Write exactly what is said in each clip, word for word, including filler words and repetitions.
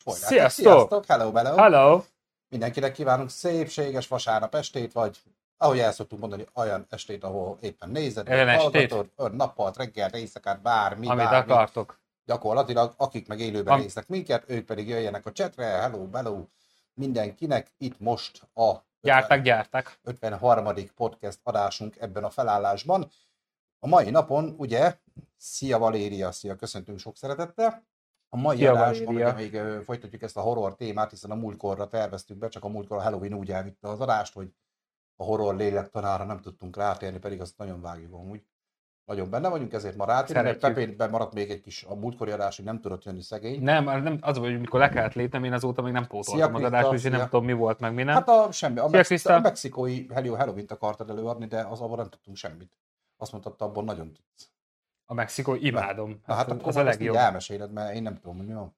Folytátok. Sziasztok! Sziasztok! Hello, hello! Hello! Mindenkinek kívánunk szépséges vasárnap estét, vagy ahogy el szoktunk mondani, olyan estét, ahol éppen nézed, vagy Olyan hallgatod, ön nappalt, reggel, éjszakát, bármi, Amit bármi. akartok. Gyakorlatilag, akik meg élőben Am- néznek minket, ők pedig jöjjenek a chatre, hello, hello, mindenkinek. Itt most a Gyárták, gyárták. ötvenharmadik podcast adásunk ebben a felállásban. A mai napon, ugye, szia Valéria, szia, köszöntünk sok szeretettel. A mai Szia, adásban ugye Valéria. még ö, folytatjuk ezt a horror témát, hiszen a múltkorra terveztük be, csak a múltkor a Halloween úgy elvitte az adást, hogy a horror lélektanára nem tudtunk rátérni, pedig azt nagyon vágjuk amúgy. Nagyon benne vagyunk, ezért ma rátérünk, mert Szeretjük. Pepénben maradt még egy kis a múltkori adásig, nem tudott jönni szegény. Nem, nem, az, hogy mikor le kellett lépnem, én azóta még nem Szia, pótoltam az Krista, adást, úgyhogy nem szia. tudom, mi volt, meg mi nem. Hát a semmi, a, Szia, mex- Krista. a mexikói Halloween-t akartad előadni, de az abban nem tudtunk semmit. Azt mondtad, te abban nagyon tudsz. A Mexikó, imádom. Na hát az, akkor az a az ezt így legjobb. elmeséled, mert én nem tudom, hogy mi van.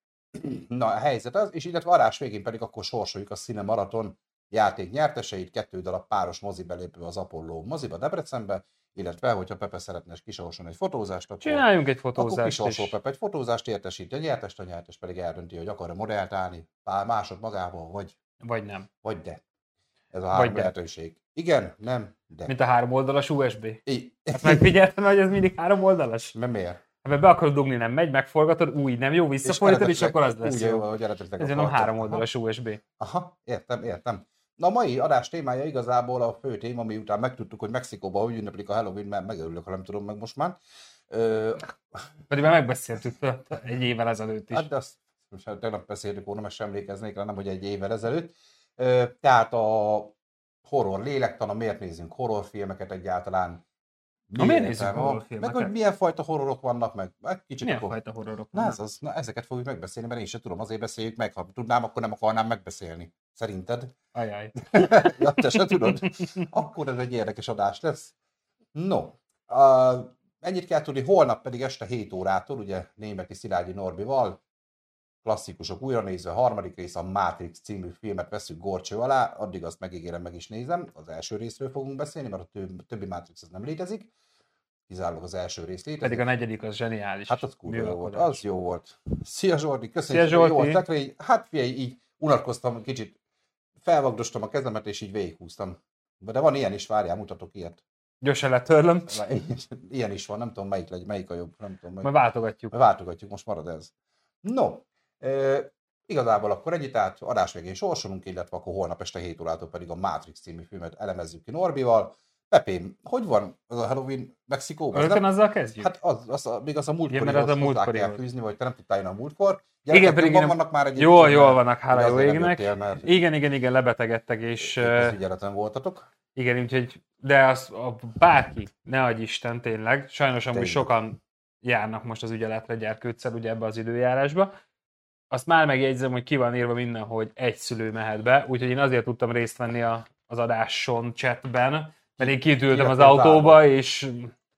Na a helyzet az, és illetve adás végén pedig akkor sorsoljuk a Cine Marathon játék nyerteseit, kettő darab páros mozi belépő az Apollo moziba Debrecenbe, illetve, hogyha Pepe szeretne kisorsolni egy fotózást, akkor, Csináljunk egy akkor fotózást kisorsol is. Pepe egy fotózást, értesíti a nyertest, a nyertes pedig eldönti, hogy akar-e modellt állni, pár másod magával, vagy, Vagy nem. vagy de. Ez a három de. lehetőség. Igen, nem, de. Mint a három oldalas u es bé. I- Hát megfigyeltem, hogy ez mindig három oldalas? Mert miért? Ebben be akarod dugni, nem megy, megforgatod, úgy nem jó, visszafordítod, és akkor az lesz úgy jó. jó, hogy eredetileg Ez nem akartad. három Aha. oldalas u es bé. Aha, értem, értem. Na a mai adás témája igazából a fő téma, miután megtudtuk, hogy Mexikóban úgy ünneplik a Halloween, mert megörülök, ha nem tudom meg most már. Ö, Pedig már megbeszéltük egy évvel ezelőtt is. hát de azt most hát tegnap beszéltük volna, mert sem emlékeznék rá, nem, hogy egy évvel ezelőtt. Ö, tehát a horror lélektana, miért nézzünk horrorfilmeket egyáltalán? Na, miért nézzünk értelme van? horrorfilmeket? Meg hogy milyen fajta horrorok vannak, meg, meg kicsit Milyen akkor... fajta horrorok Na, vannak? ez az, na, ezeket fogjuk megbeszélni, mert én sem tudom, azért beszéljük meg. Ha tudnám, akkor nem akarnám megbeszélni. Szerinted? Ajaj. Ja, te se tudod? Akkor ez egy érdekes adás lesz. No, uh, ennyit kell tudni, holnap pedig este hét órától, ugye Németi Szilágyi Norbival, klasszikusok újra nézve, a harmadik rész, a Matrix című filmet veszünk górcső alá, addig azt megígérem, meg is nézem, az első részről fogunk beszélni, mert a többi, többi Matrix az nem létezik, kizárólag az első rész létezik. Pedig a negyedik az zseniális. Hát az kurva jó volt, műalkotás. az jó volt. Szia Zsordi, köszönjük, Szia, hogy jó Zsolti. volt tekre, így, hát figyelj, így unatkoztam kicsit, felvagdostam a kezemet és így végighúztam. De van ilyen is, várjál, mutatok ilyet. Gyorsan letörlöm, Ilyen is van, nem tudom melyik, legy, melyik a jobb, nem tudom majd melyik. váltogatjuk. Váltogatjuk, most marad ez. No, e, igazából akkor ennyi, tehát adás végén sorsolunk, illetve akkor holnap este hét órától pedig a Matrix című filmet elemezzük ki Norbival. Pepém, hogy van az a Halloween Mexikóban? Ez Rögtön nem- azzal kezdjük? Hát az, az, a- még az a Igen, múltkori, mert az a hozzá múltkori kell volt. fűzni, vagy te nem tudtál jönni a múltkor. Igen, Gyerekek pedig jobban nem- vannak már egyébként. Jól, mert jól vannak, hála ugye jó azért nem égnek. jöttél, mert Igen, igen, igen, lebetegedtek, és épp az eh, ügyeleten voltatok. igen, úgyhogy, de az, a, bárki, ne adj Isten tényleg, sajnos amúgy Tényleg. sokan járnak most az ügyeletre gyerkőccel ugye ebbe az időjárásba. Azt már megjegyzem, hogy ki van írva minden, hogy egy szülő mehet be, úgyhogy én azért tudtam részt venni a, az adáson chatben, mert én kitültem az Kirakott autóba, állva. és,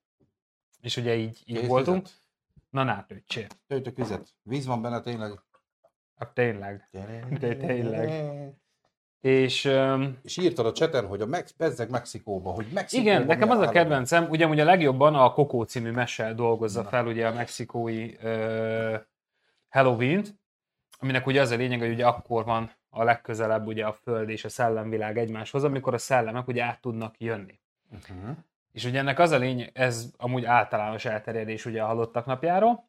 és ugye így, így Kész voltunk. vizet? Na, nátőcsé. Töltök vizet. Víz van benne tényleg. Hát tényleg. De tényleg. És um, És írtad a chaten, hogy a Mex- bezzeg Mexikóba, hogy Mexikóban igen, nekem milyen az a Halloween. kedvencem, ugye, ugye a legjobban a Coco című mese dolgozza Na. fel ugye a mexikói uh, Halloween-t, aminek ugye az a lényeg, hogy ugye akkor van a legközelebb ugye a föld és a szellemvilág egymáshoz, amikor a szellemek ugye át tudnak jönni. Uh-huh. És ugye ennek az a lényeg, ez amúgy általános elterjedés ugye a halottak napjáról,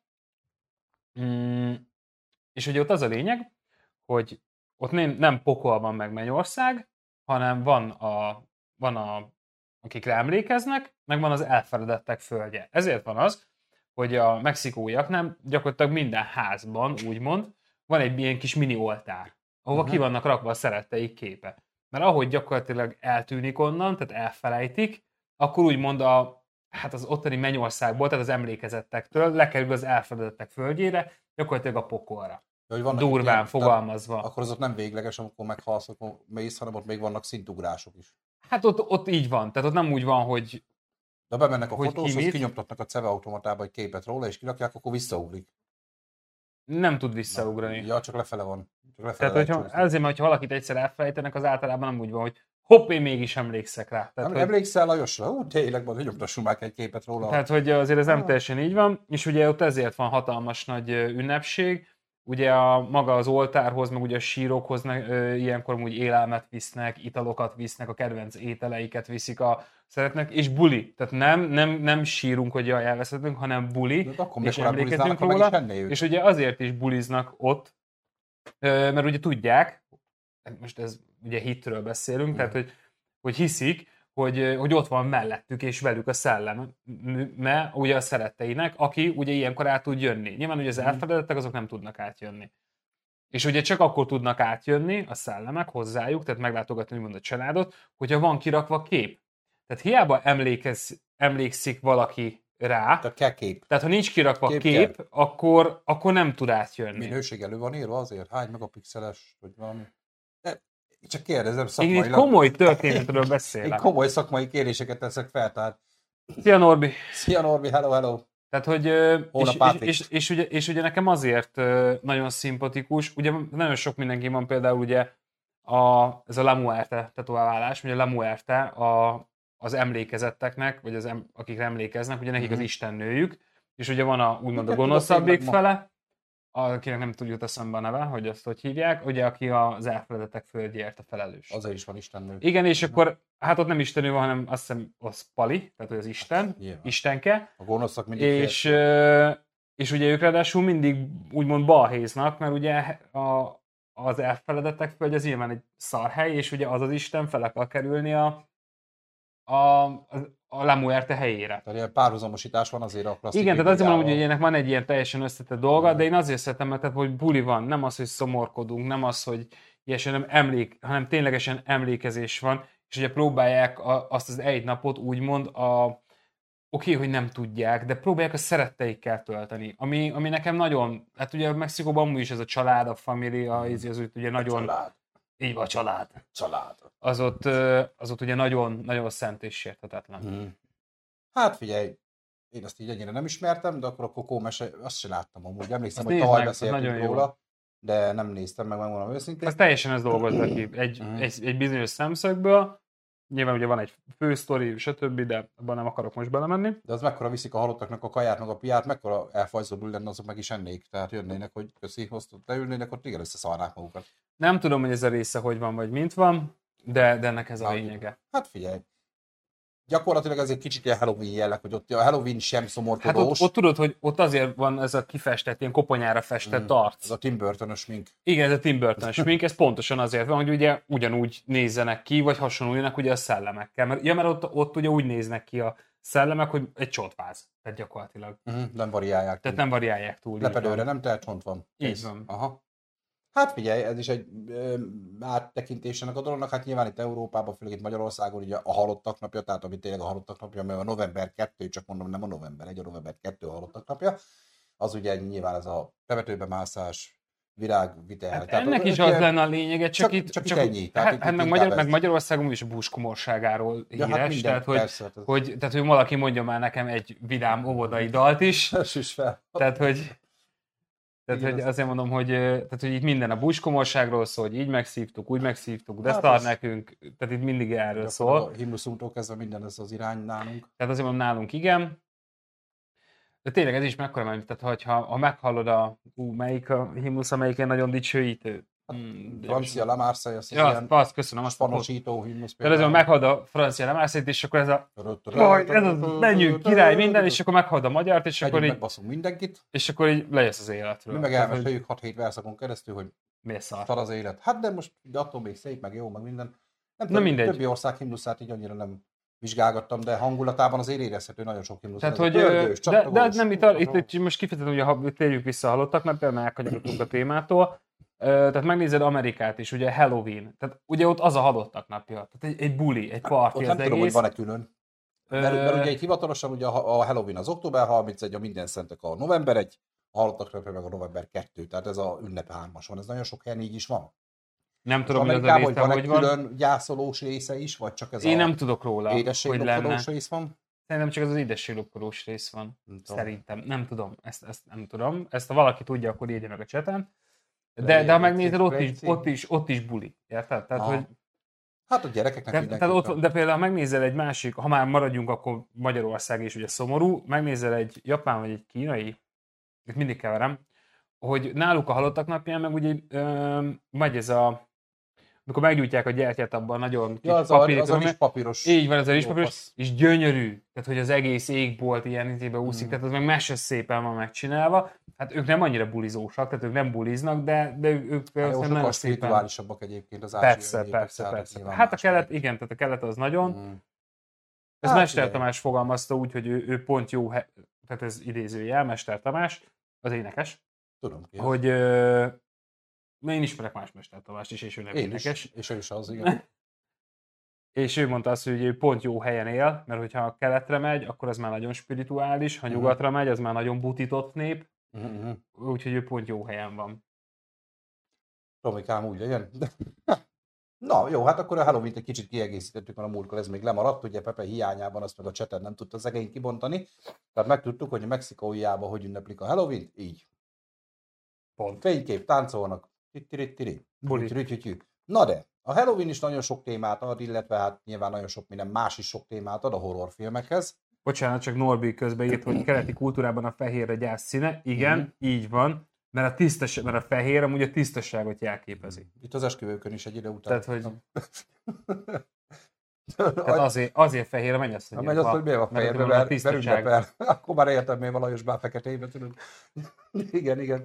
mm, és ugye ott az a lényeg, hogy ott nem, nem pokol van meg Mennyország, hanem van, a, van a, akikre emlékeznek, meg van az elfeledettek földje. Ezért van az, hogy a mexikóiak nem gyakorlatilag minden házban, úgymond, van egy ilyen kis mini oltár, ahova Mhm. ki vannak rakva a szeretteik képe. Mert ahogy gyakorlatilag eltűnik onnan, tehát elfelejtik, akkor úgymond a, hát az ottani Mennyországból, tehát az emlékezettektől lekerül az elfeledettek földjére, gyakorlatilag a pokolra. Ja, hogy vannak Durván ilyen- fogalmazva. tehát Akkor az ott nem végleges, amikor meghalsz, akkor mész, hanem ott még vannak szintugrások is. Hát ott, ott így van, tehát ott nem úgy van, hogy De ha bemennek a Hogy fotóshoz, ki mit? kinyomtatnak a ceve automatába egy képet róla, és kirakják, akkor visszaugrik. nem tud visszaugrani. Ja, csak lefele van. Csak lefele Tehát, lehet hogyha, csúszni. ezért, mert ha valakit egyszer elfelejtenek, az általában nem úgy van, hogy hopp, én mégis emlékszek rá. Tehát, Nem hogy, emlékszel Lajosra? Ú, tényleg, majd nyomtassunk már egy képet róla. tehát, hogy azért ez nem Ah. teljesen így van, és ugye ott ezért van hatalmas nagy ö, ünnepség, ugye a, maga az oltárhoz, meg ugye a sírokhoz ö, ilyenkor úgy élelmet visznek, italokat visznek, a kedvenc ételeiket viszik a szeretnek, és buli. Tehát nem, nem, nem sírunk, hogy jaj, elveszettünk, hanem buli, és emlékezünk róla. És ugye azért is buliznak ott, ö, mert ugye tudják, most ez ugye hitről beszélünk, mm. tehát hogy, hogy hiszik, hogy, hogy ott van mellettük és velük a szelleme, ugye a szeretteinek, aki ugye ilyenkor át tud jönni. Nyilván ugye az elfeledettek azok nem tudnak átjönni. És ugye csak akkor tudnak átjönni a szellemek hozzájuk, tehát meglátogatni úgymond a családot, hogyha van kirakva kép. Tehát hiába emlékez, emlékszik valaki rá, tehát, kell kép. tehát ha nincs kirakva kép, kép akkor, akkor nem tud átjönni. Minőség elő van írva azért? Hány megapixeles, vagy valami? De csak kérdezem szakmailag. Én komoly történetről beszélek. Én komoly szakmai kérdéseket teszek fel, tehát... Szia Norbi! Szia Norbi, hello, hello! Tehát, hogy... És, és, és, és, ugye, és ugye nekem azért nagyon szimpatikus, ugye nagyon sok mindenki van például ugye a, ez a La Muerte tetoválás, ugye La Muerte a, az emlékezetteknek, vagy az em, akik emlékeznek, ugye nekik mm-hmm. az istennőjük, és ugye van a úgymond a gonoszabbik fele, akinek nem tudjuk eszembe a neve, hogy azt hogy hívják, ugye aki az elfeledettek földjéért a felelős. Azért is van istennő. Igen, és akkor, hát ott nem istennő van, hanem azt hiszem az Pali, tehát hogy az Isten, yeah. Istenke. A gonoszak mindig és, és ugye ők ráadásul mindig úgymond balhéznak, mert ugye a, az elfeledettek földje az nyilván egy szarhely, és ugye az az Isten fel akar kerülni a, a, a La Muerte helyére. Tehát ilyen párhuzamosítás van azért a klasszik. Igen, tehát azért mondom, hogy ennek van egy ilyen teljesen összetett dolga, de én azért szeretem, mert tehát, hogy buli van, nem az, hogy szomorkodunk, nem az, hogy ilyesen nem emlék, hanem ténylegesen emlékezés van, és ugye próbálják a, azt az egy napot úgymond a oké, okay, hogy nem tudják, de próbálják a szeretteikkel tölteni, ami, ami nekem nagyon, hát ugye Mexikóban amúgy is ez a család, a família, az, az ugye nagyon... Család. Így van, család. Család. Az ott, az ott ugye nagyon, nagyon szent és sérthetetlen. Hmm. Hát figyelj, én azt így ennyire nem ismertem, de akkor a Kokó mese, azt sem láttam amúgy. Emlékszem, azt hogy tavaly beszéltünk róla, jó. De nem néztem meg, megmondom őszintén. Ez teljesen ez dolgozza ki. Egy, mm. egy, egy bizonyos szemszögből, nyilván ugye van egy fő sztori, stb., de abban nem akarok most belemenni. De az mekkora viszik a halottaknak a kaját, meg a piát, mekkora elfajzódul lenne, azok meg is ennék. Tehát jönnének, hogy köszi, hoztott, leülnének, ott igen, összeszarnák magukat. Nem tudom, hogy ez a része hogy van, vagy mint van, de, de ennek ez a lényege. Hát figyelj. Gyakorlatilag ez egy kicsit ilyen Halloween jelleg, hogy ott a Halloween sem szomorkodós. Hát ott, ott tudod, hogy ott azért van ez a kifestett, ilyen koponyára festett mm, arc. Ez a Tim Burton-ös smink. Igen, ez a Tim Burton-ös smink, ez pontosan azért van, hogy ugye ugyanúgy nézzenek ki, vagy hasonluljanak ugye a szellemekkel. Mert, ja, mert ott, ott ugye úgy néznek ki a szellemek, hogy egy csontváz. Tehát gyakorlatilag. Mm, nem variálják Tehát túl. nem variálják túl. Lepedőre nem, tehát csont van. Így van. Aha. Hát figyelj, ez is egy ö, áttekintésének a dolognak, hát nyilván itt Európában, főleg itt Magyarországon ugye a halottak napja, tehát ami tényleg a halottak napja, mert a november kettő, csak mondom, nem a november egy, a november kettő a halottak napja, az ugye nyilván ez a temetőbe mászás, virágvitel. Hát ennek is az lenne a lényege, csak, csak itt... Csak, csak itt ennyi. Hát, hát meg, Magyar, meg Magyarországon is a búskomorságáról híres, ja, hát minden, tehát, hogy, persze, ez... hogy, tehát hogy valaki mondja már nekem egy vidám óvodai dalt is. is fel. Tehát, hogy... Tehát, hogy azért mondom, hogy, tehát, hogy itt minden a búskomorságról szól, hogy így megszívtuk, úgy megszívtuk, de hát szar nekünk, tehát itt mindig erről szól. A himnuszunktól kezdve minden ez az irány nálunk. Tehát azért mondom, nálunk igen. De tényleg ez is mekkora menő, tehát hogyha, ha meghallod a, ú, melyik a himnusz, amelyik nagyon dicsőítő. Hmm, francia La Marseille, az ja, ilyen azt köszönöm, azt spanosító himnusz. Tehát azért meghallod a francia La Marseille-t, és akkor ez a ez a menjünk, király, minden, és akkor meghallod a magyart, és akkor így... megbaszunk mindenkit. És akkor így lejössz az életről. Mi meg elmeséljük hat-hét verszakon keresztül, hogy miért szar? Szar az élet. Hát de most attól még szép, meg jó, meg minden. Nem tudom, mindegy. Többi ország himnuszát így annyira nem vizsgálgattam, de hangulatában azért érezhető nagyon sok himnusz. Tehát, hogy, pörgős, de, de nem itt, itt, itt most kifejezetten, hogy térjük vissza a halottaknak, például elkanyarodtunk a témától. Tehát megnézed Amerikát is, ugye Halloween. Tehát ugye ott az a halottak napja. Tehát egy, egy buli, egy party ott az nem egész. tudom, hogy van-e külön. Mert, mert ugye egy hivatalosan ugye a Halloween az október harmincegy, a minden szentek a november egy, a halottak napja meg a november kettő. Tehát ez a ünnep hármas van. Ez nagyon sok helyen így is van. Nem tudom, hogy az a része, van hogy van. Külön gyászolós része is, vagy csak ez Én a nem tudok róla, hogy lenne. rész van? Szerintem csak az az édességlopkodós rész van. Nem Szerintem. Nem tudom. Ezt, ezt nem tudom. Ezt ha valaki tudja, akkor írja meg a cseten. De, de ha megnézed, ott is, ott, is, ott is buli. Érted? Tehát, hogy... Hát a gyerekeknek de, tehát ott, de például megnézel egy másik, ha már maradjunk, akkor Magyarország is ugye szomorú, megnézel egy japán vagy egy kínai, itt mindig keverem, hogy náluk a halottak napján meg ugye ö, megy ez a, amikor meggyújtják a gyertyát abban nagyon kis Ja, az, papír, a, az a rizspapíros. így van, az a rizspapíros, fasz. és gyönyörű, tehát hogy az egész égbolt ilyen izébe úszik, Mm. tehát az meg meses szépen van megcsinálva. Hát ők nem annyira bulizósak, tehát ők nem buliznak, de, de ők, ők Hát jó, nagyon sokkal szépen... spirituálisabbak egyébként az ázsiai Persze, népek, persze, tehát persze. nyilván Hát a más kelet, meg. igen, tehát a kelet az nagyon. Mm. Ez Hát Mester figyelj. Tamás fogalmazta úgy, hogy ő, ő pont jó, he- tehát ez idézőjel, Mester Tamás, az énekes, Tudom ki. az. hogy ö, na én ismerek más Mester Tamást is, és ő nem Én énekes. is, és ő is az, igen. És ő mondta azt, hogy ő pont jó helyen él, mert hogyha a keletre megy, akkor az már nagyon spirituális, ha Mhm. nyugatra megy, az már nagyon butított nép, Mhm. úgyhogy ő pont jó helyen van. Romikám, úgy legyen. Na jó, hát akkor a Halloween-t egy kicsit kiegészítettük, mert a múltkor ez még lemaradt, ugye Pepe hiányában azt meg a chatet nem tudta szegény kibontani. Tehát megtudtuk, hogy a Mexikóiában hogy ünneplik a Halloween-t, így. Pont. Fénykép, táncolnak. Tittirittiri. Buli. Tittirittiri. Na de, a Halloween is nagyon sok témát ad, illetve hát nyilván nagyon sok minden más is sok témát ad a horrorfilmekhez. Bocsánat, csak Norbi közben írt, hogy keleti kultúrában a fehér a gyász színe. Igen, Mhm. így van, mert a, tisztes, mert a fehér amúgy a tisztaságot jelképezi. Itt az esküvőkön is egy idő után. Tehát, hogy tehát azért, azért fehér a mennyasszony. Ha megy azt, hogy miért van fehérbe, mert, mert, mert tisztaság. ünnepel. Akkor már értem, miért van Lajos bár feketébe, tudod. Igen, igen.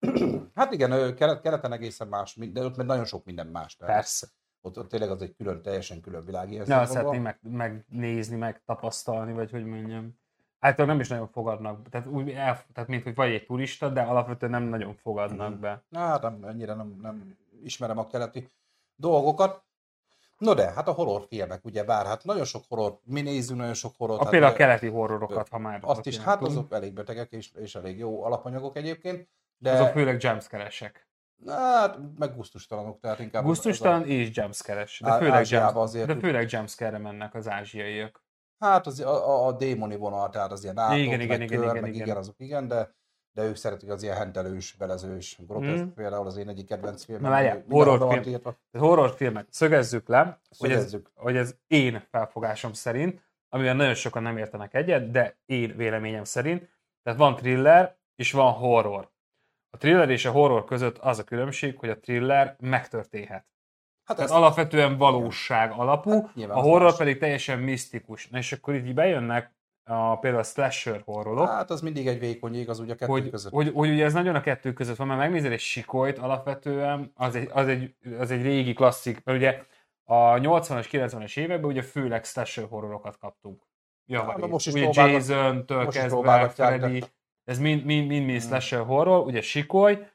Hát igen, ő kelet, keleten egészen más, de ott meg nagyon sok minden más. Tehát Persze. ott, ott tényleg az egy külön, teljesen külön világ ilyen Ne, azt szempontból. szeretném meg, megnézni, megtapasztalni, vagy hogy mondjam. Általában nem is nagyon fogadnak, tehát, úgy el, tehát mint hogy vagy egy turista, de alapvetően nem nagyon fogadnak Mhm. be. Na, hát nem, ennyire nem, nem ismerem a keleti dolgokat. No de, hát a horrorfilmek, ugye bár, hát nagyon sok horror, mi nézzünk nagyon sok horrort. A hát például a ugye keleti horrorokat, ha már... azt is, ott hát jártunk. azok elég betegek és, és elég jó alapanyagok egyébként. De Azok főleg jumpscare-esek. hát, meg gusztustalanok, tehát inkább... Gusztustalan és jumpscare-es. De Á- főleg, Ázsiában jump, azért de úgy- főleg jumpscare-re mennek az ázsiaiak. Hát az, a, a, a démoni vonal, tehát az ilyen átok, Igen, meg igen, kör, igen, igen, meg igen. igen, azok igen, de, de ők szeretik az ilyen hentelős, belezős, groteszk, Mm. például az én egyik kedvenc filmem. Na várjál, hogy mindenhol horrorfilm. van tiltva. Tehát horrorfilmek, szögezzük le, hogy ez, Szögezzük. hogy ez én felfogásom szerint, amivel nagyon sokan nem értenek egyet, de én véleményem szerint. Tehát van thriller, és van horror. A thriller és a horror között az a különbség, hogy a thriller megtörténhet. Hát Tehát ez, alapvetően valóság alapú, Hát nyilván a az horror más. pedig teljesen misztikus. Na és akkor így bejönnek a, például a slasher horrorok, hát az mindig egy vékony ég, az ugye a kettő hogy, között. hogy, hogy ugye ez nagyon a kettő között van, mert megnézed egy sikolyt alapvetően, az egy, az egy, az egy régi klasszik, mert ugye a nyolcvanas, kilencvenes években ugye főleg slasher horrorokat kaptunk. Hát, Ja, most is ugye próbálgat- Jason-től most is kezdve, próbálgatják, de- Freddy, ez mind, mind, mind, mind Hmm. slasher horror, ugye sikoly,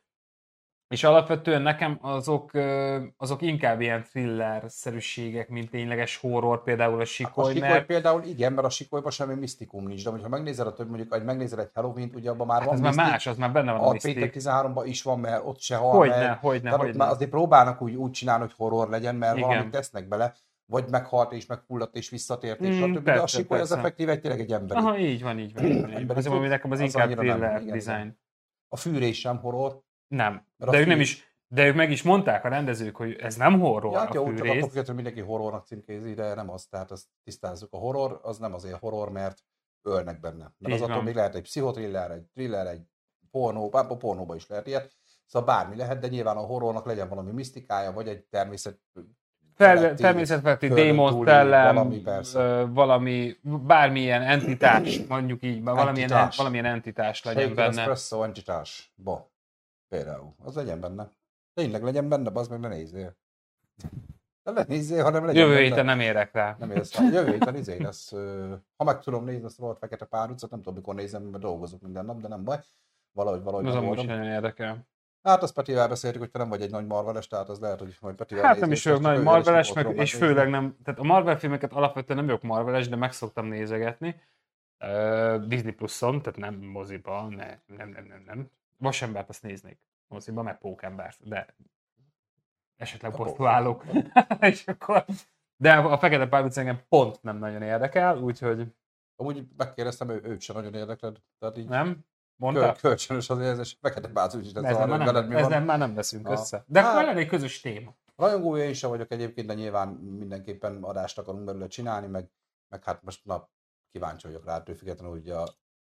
és alapvetően nekem azok, ö, azok inkább ilyen thriller-szerűségek, mint tényleges horror, például a A sikoly, sikoly mert például igen, mert a sikolyban semmi misztikum nincs, de ha megnézed a több, mondjuk, hogy megnézed egy Halloween-t, ugye abban már hát van ez már misztik. más, az már benne van a A Péter misztik. tizenháromban is van, mert ott se hal Hogyne, meg. hogyne, Tehát ott hogyne. már azért próbálnak úgy, úgy csinálni, hogy horror legyen, mert Igen. valamit tesznek bele, vagy meghalt és megfulladt és visszatért, és Mm, stb. De a persze, sikoly az persze. effektív egy tényleg egy emberi. Aha, így van, így van. Így van, így van. Emberi Azért mondom, hogy nekem az az inkább annyira nem, thriller igen, design. igen. A fűrés sem horror. Nem. Mert De a ők nem fű- is, de ők meg is mondták a rendezők, hogy ez nem horror Ja, hát a jó, csak fűrész. attól függetlenül mindenki horrornak címkézi, de nem az, tehát azt tisztázzuk. A horror az nem azért horror, mert ölnek benne. Mert Így az attól van. még lehet egy pszichotriller, egy thriller, egy pornó, bár a pornóba is lehet ilyet. Szóval bármi lehet, de nyilván a horrornak legyen valami misztikája, vagy egy természet Fel, feletti, természetfeletti földön démon, túli, szellem, valami persze. ö, valami, bármilyen entitás, mondjuk így, valamilyen, Entitás. valamilyen entitás legyen Shaken benne. espresso entitás. Ba. Például. Az legyen benne. Tényleg legyen benne, bazd meg, ne nézzél. De ne nézzél, hanem legyen Jövő benne. héten nem érek rá. Nem érsz rá. Jövő héten izé lesz, ö, ha meg tudom nézni azt a rohadt fekete párducot, nem tudom mikor nézem, mert dolgozok minden nap, de nem baj. Valahogy, valahogy Az amúgy megoldom. sem nagyon érdekel. Hát azt Petivel beszéltük, hogy te nem vagy egy nagy Marveles, tehát az lehet, hogy majd Petivel Hát nem nézés, is vagyok csak nagy ő Marveles, is meg, tudom és megnézni. főleg nem, tehát a Marvel filmeket alapvetően nem vagyok Marveles, de meg szoktam nézegetni. Uh, Disney Pluszon, tehát nem moziba, ne, nem, nem, nem, nem. Vasembert azt néznék moziba, meg Pókembert, de esetleg A posztolálok. És akkor... De a Fekete Párduc engem pont nem nagyon érdekel, úgyhogy Amúgy megkérdeztem, ő, őt sem nagyon érdekled. Tehát így nem. Mondta? kö- kölcsönös azért ez, és fekete párduc is lesz. Ezzel arra, már, hogy veled nem, mi van. ezzel már nem veszünk Na. össze. De akkor Hát- lenne egy közös téma. Rajongója én sem vagyok egyébként, de nyilván mindenképpen adást akarunk belőle csinálni, meg, meg hát most na, kíváncsi vagyok rá, ettől függetlenül, hogy a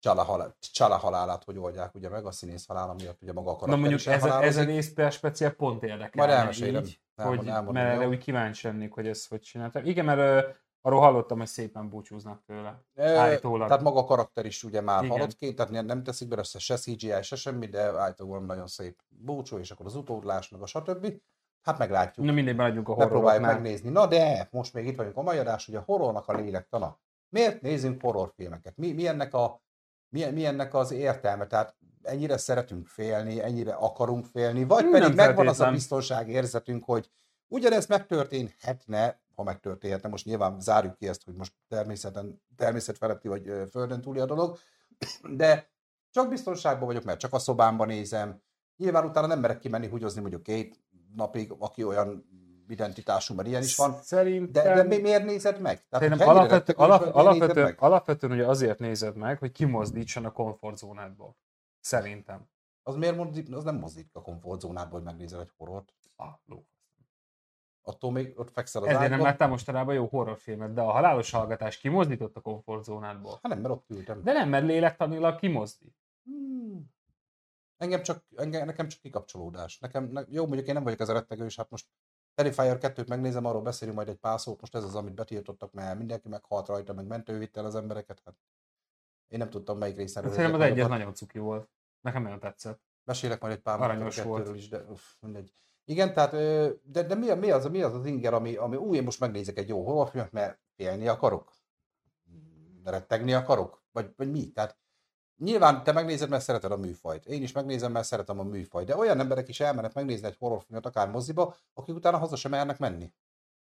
Csala, halál, Csala halálát hogy oldják ugye meg, a színész halála miatt ugye maga a Na karakter mondjuk is ez, a- ez a elhalálozik. rész például speciál pont érdekelne Majd elmesélem. így, Elmond- hogy, elmondom, mert erre jó? úgy kíváncsi lennék, hogy ezt hogy csináltak. Igen, mert ö, arról hallottam, hogy szépen búcsúznak tőle. Ö, Állítólag. Tehát maga a karakter is ugye már Igen. halott ki, tehát nem teszik bele se cé gé í, se semmi, de állítólag nagyon szép búcsú, és akkor az utódlás, meg a stb. Hát meglátjuk. Na mindegy, maradjunk a Megpróbáljuk horroroknál. megnézni. Na de, most még itt vagyunk a mai adás, hogy a horrornak a lélektana. Miért nézünk horrorfilmeket? Mi, mi, ennek a, mi, mi ennek az értelme? Tehát ennyire szeretünk félni, ennyire akarunk félni, vagy Nem pedig megvan az a feltétlen. biztonságérzetünk, hogy ugyanez megtörténhetne, ha megtörténhetne, most nyilván zárjuk ki ezt, hogy most természeten, természet feletti vagy ö, földön túli a dolog, de csak biztonságban vagyok, mert csak a szobámban nézem. Nyilván utána nem merek kimenni húgyozni mondjuk két napig, aki olyan identitású, mert ilyen is van. Szerintem, De, de mi, miért nézed meg? Tehát, szerintem hogyha ennyire alapvető, rettegős alap, vagy, miért nézed alapvetően, meg? alapvetően ugye azért nézed meg, hogy kimozdítson a komfortzónádból. Szerintem. Az miért mozdít, az nem mozdít a komfortzónádból, hogy megnézel egy horrort. Ah, ló. Attól még ott fekszel az Ezért nem ágyban. láttam mostanában jó horrorfilmet, de a halálos hallgatás kimozdított a komfortzónádból. Hát nem, mert ott ültem. De nem, mert lélektanilag kimozdít. Hmm. Engem csak, engem, nekem csak kikapcsolódás. Nekem, ne, jó, mondjuk én nem vagyok ez a rettegős, hát most Terrifier kettőt megnézem, arról beszélünk majd egy pár szót, most ez az, amit betiltottak, mert mindenki meghalt rajta, meg mentő vitte el az embereket, hát én nem tudtam melyik részen. Szerintem az egy az nagyon cuki volt. Nekem nagyon tetszett. Mesélek majd egy pár Aranyos mondatot a volt. kettőről is, de uff, mindegy. Igen, tehát, ö, de, de mi, a- mi, az, mi az az inger, ami, ami új, én most megnézek egy jó horrorfilmet, mert félni akarok? Rettegni akarok? Vagy, vagy mi? Tehát nyilván te megnézed, mert szereted a műfajt. Én is megnézem, mert szeretem a műfajt. De olyan emberek is elmennek megnézni egy horrorfilmet, akár moziba, akik utána haza sem mernek menni.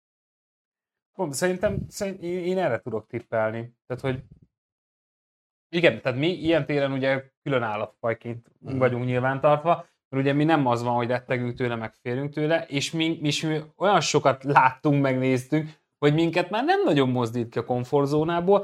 Pont, Szerintem, szerint én, én erre tudok tippelni. Tehát, hogy igen, tehát mi ilyen téren ugye külön állatfajként Mhm. vagyunk nyilvántartva, mert ugye mi nem az van, hogy rettegünk tőle, meg félünk tőle, és mi, mi, is mi olyan sokat láttunk, megnéztünk, hogy minket már nem nagyon mozdít ki a komfortzónából,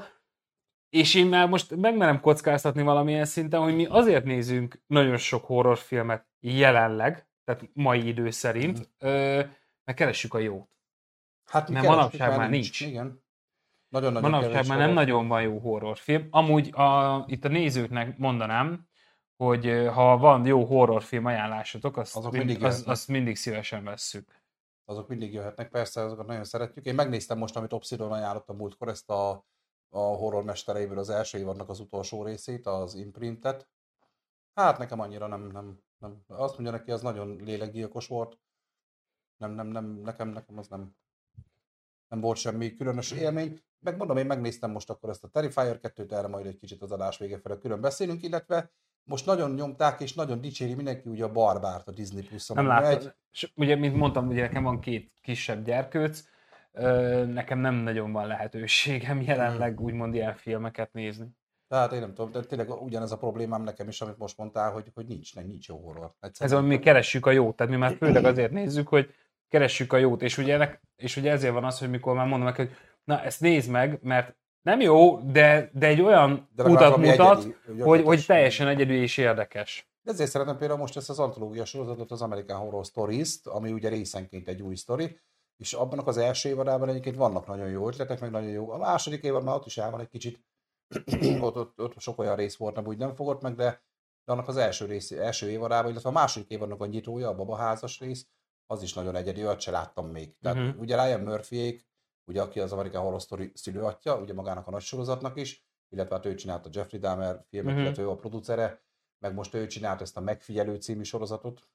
és én már most megmerem kockáztatni valamilyen szinten, hogy mi azért nézünk nagyon sok horrorfilmet jelenleg, tehát mai idő szerint, Mhm. ö, mert keressük a jót. Hát mi Mert keressük, manapság mert már nincs. Igen. Nagyon-nagyon Manapság kevés már nem horrorfilm. nagyon van jó horrorfilm. Amúgy a, itt a nézőknek mondanám, hogy ö, ha van jó horrorfilm ajánlásotok, azt, Azok mind, mindig az, jöhetnek. azt mindig szívesen vesszük. Azok mindig jöhetnek, persze, azokat nagyon szeretjük. Én megnéztem most, amit Obsidian ajánlott a múltkor, ezt a, a horror mestereiből az első évadnak az utolsó részét, az Imprintet. Hát nekem annyira nem, nem, nem. Azt mondja neki, az nagyon lélekgyilkos volt. Nem, nem, nem, nekem, nekem az nem, nem volt semmi különös élmény. Megmondom, én megnéztem most akkor ezt a Terrifier kettőt, erre majd egy kicsit az adás vége felé külön beszélünk, illetve most nagyon nyomták, és nagyon dicséri mindenki ugye a Barbárt a Disney Plus-on. Nem ami láttam. megy. És ugye, mint mondtam, ugye nekem van két kisebb gyerkőc, ö, nekem nem nagyon van lehetőségem jelenleg úgymond ilyen filmeket nézni. Tehát én nem tudom, de tényleg ugyanez a problémám nekem is, amit most mondtál, hogy, hogy nincs, nem, nincs jó horror. Ez Egyszerűen ami mi keressük a jót, tehát mi már főleg azért nézzük, hogy keressük a jót, és ugye, ennek, és ugye ezért van az, hogy mikor már mondom neki, hogy na ezt nézd meg, mert nem jó, de, de egy olyan de legalább utat valami mutat, egyedi, hogy, ötletes. hogy teljesen egyedül és érdekes. De ezért szeretem például most ezt az antológia sorozatot, az American Horror Stories-t, ami ugye részenként egy új sztori, és abban az első évadában egyébként vannak nagyon jó ötletek, meg nagyon jó. A második évad már ott is el van egy kicsit, ott, ott, ott sok olyan rész volt, nem úgy nem fogott meg, de, de annak az első, rész, első évadában, illetve a második évadnak a nyitója, a babaházas rész, az is nagyon egyedi, olyat se láttam még. Tehát Mhm. ugye Ryan Murphyék, ugye aki az American Horror Story szülőatja, ugye magának a nagy sorozatnak is, illetve hát ő csinálta Jeffrey Dahmer filmet, Mhm. illetve ő a producere, meg most ő csinált ezt a Megfigyelő című sorozatot,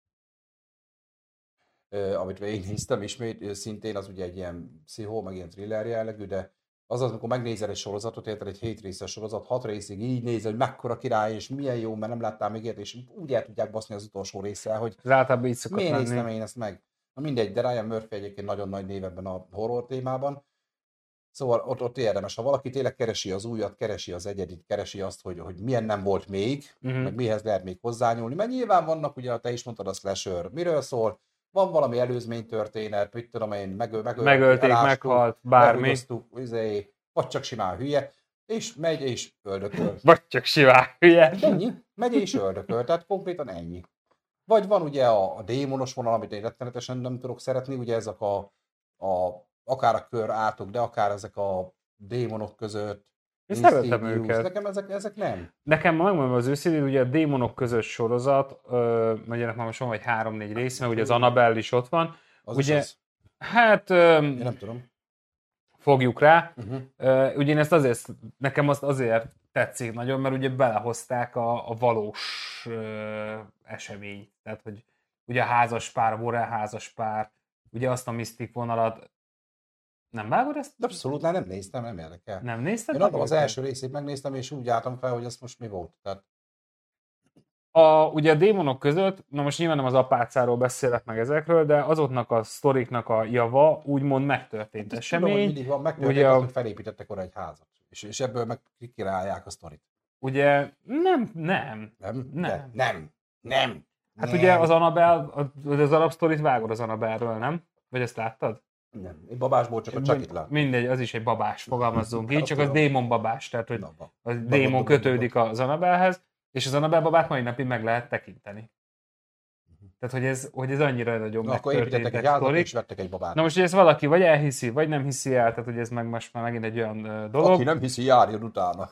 ö, amit én néztem ismét, ö, szintén az ugye egy ilyen pszichó, meg ilyen thriller jellegű, de az az, amikor megnézel egy sorozatot, érted, egy hét részes sorozat, hat részig így nézel, hogy mekkora király, és milyen jó, mert nem láttál még ilyet, és úgy el tudják baszni az utolsó résszel, hogy Ez általában így szokott miért néztem lenni. én ezt meg? Na mindegy, de Ryan Murphy egyébként nagyon nagy név ebben a horror témában. Szóval ott, ott érdemes, ha valaki tényleg keresi az újat, keresi az egyedit, keresi azt, hogy, hogy milyen nem volt még, Mhm. meg mihez lehet még hozzányúlni, mert nyilván vannak, ugye te is mondtad a slasher, miről szól, van valami előzménytörténet, mit tudom én, megöl, megöl, Megölték, elástuk, meghalt, bármi. lehúgyoztuk, izé, vagy csak simán hülye, és megy és öldököl. Vagy csak sivá, hülye. Ennyi, megy és öldököl, tehát konkrétan ennyi. Vagy van ugye a, a démonos vonal, amit én rettenetesen nem tudok szeretni, ugye ezek a, a akár a kör átok, de akár ezek a démonok között, Én szeretem Insidious. őket. Nekem ezek, ezek nem. Nekem megmondom az őszintén, ugye a démonok között sorozat, ugye ennek már most van vagy három-négy rész, mert ugye az Annabelle is ott van. Az ugye, is az. hát... Én nem tudom. Fogjuk rá. Uh-huh. Uh, ugye én ezt azért, nekem azt azért tetszik nagyon, mert ugye belehozták a, a valós uh, eseményt. Tehát, hogy ugye a házas pár, a Warren házas pár, ugye azt a misztik vonalat. Nem vágod ezt? Abszolút, nem néztem, nem érdekel. Nem nézted? Én adom az első részét megnéztem, és úgy álltam fel, hogy ez most mi volt. Tehát... A, ugye a démonok között, na most nyilván nem az apácáról beszélek meg ezekről, de azoknak a sztoriknak a java úgymond megtörtént hát esemény. Tudom, hogy mindig van, megtörtént ugye azt, a... hogy felépítettek oda egy házat. És, és ebből meg királják a sztorit. Ugye nem, nem. Nem? Nem. De, nem. Nem. Hát nem. ugye az Annabelle, az arab sztorit vágod az Annabelle-ről, nem? Vagy ezt láttad? Nem. Én babásból csak a Chucky-t láttam. Mindegy, az is egy babás, fogalmazzunk így, csak az démon babás, tehát hogy a démon kötődik az Annabelle-hez, és az Annabelle babát mai napig meg lehet tekinteni. Tehát, hogy ez, hogy ez annyira nagyon Na, akkor építettek egy házat, és vettek egy babát. Na most, hogy ezt valaki vagy elhiszi, vagy nem hiszi el, tehát, hogy ez meg most már megint egy olyan uh, dolog. Aki nem hiszi, járjon utána.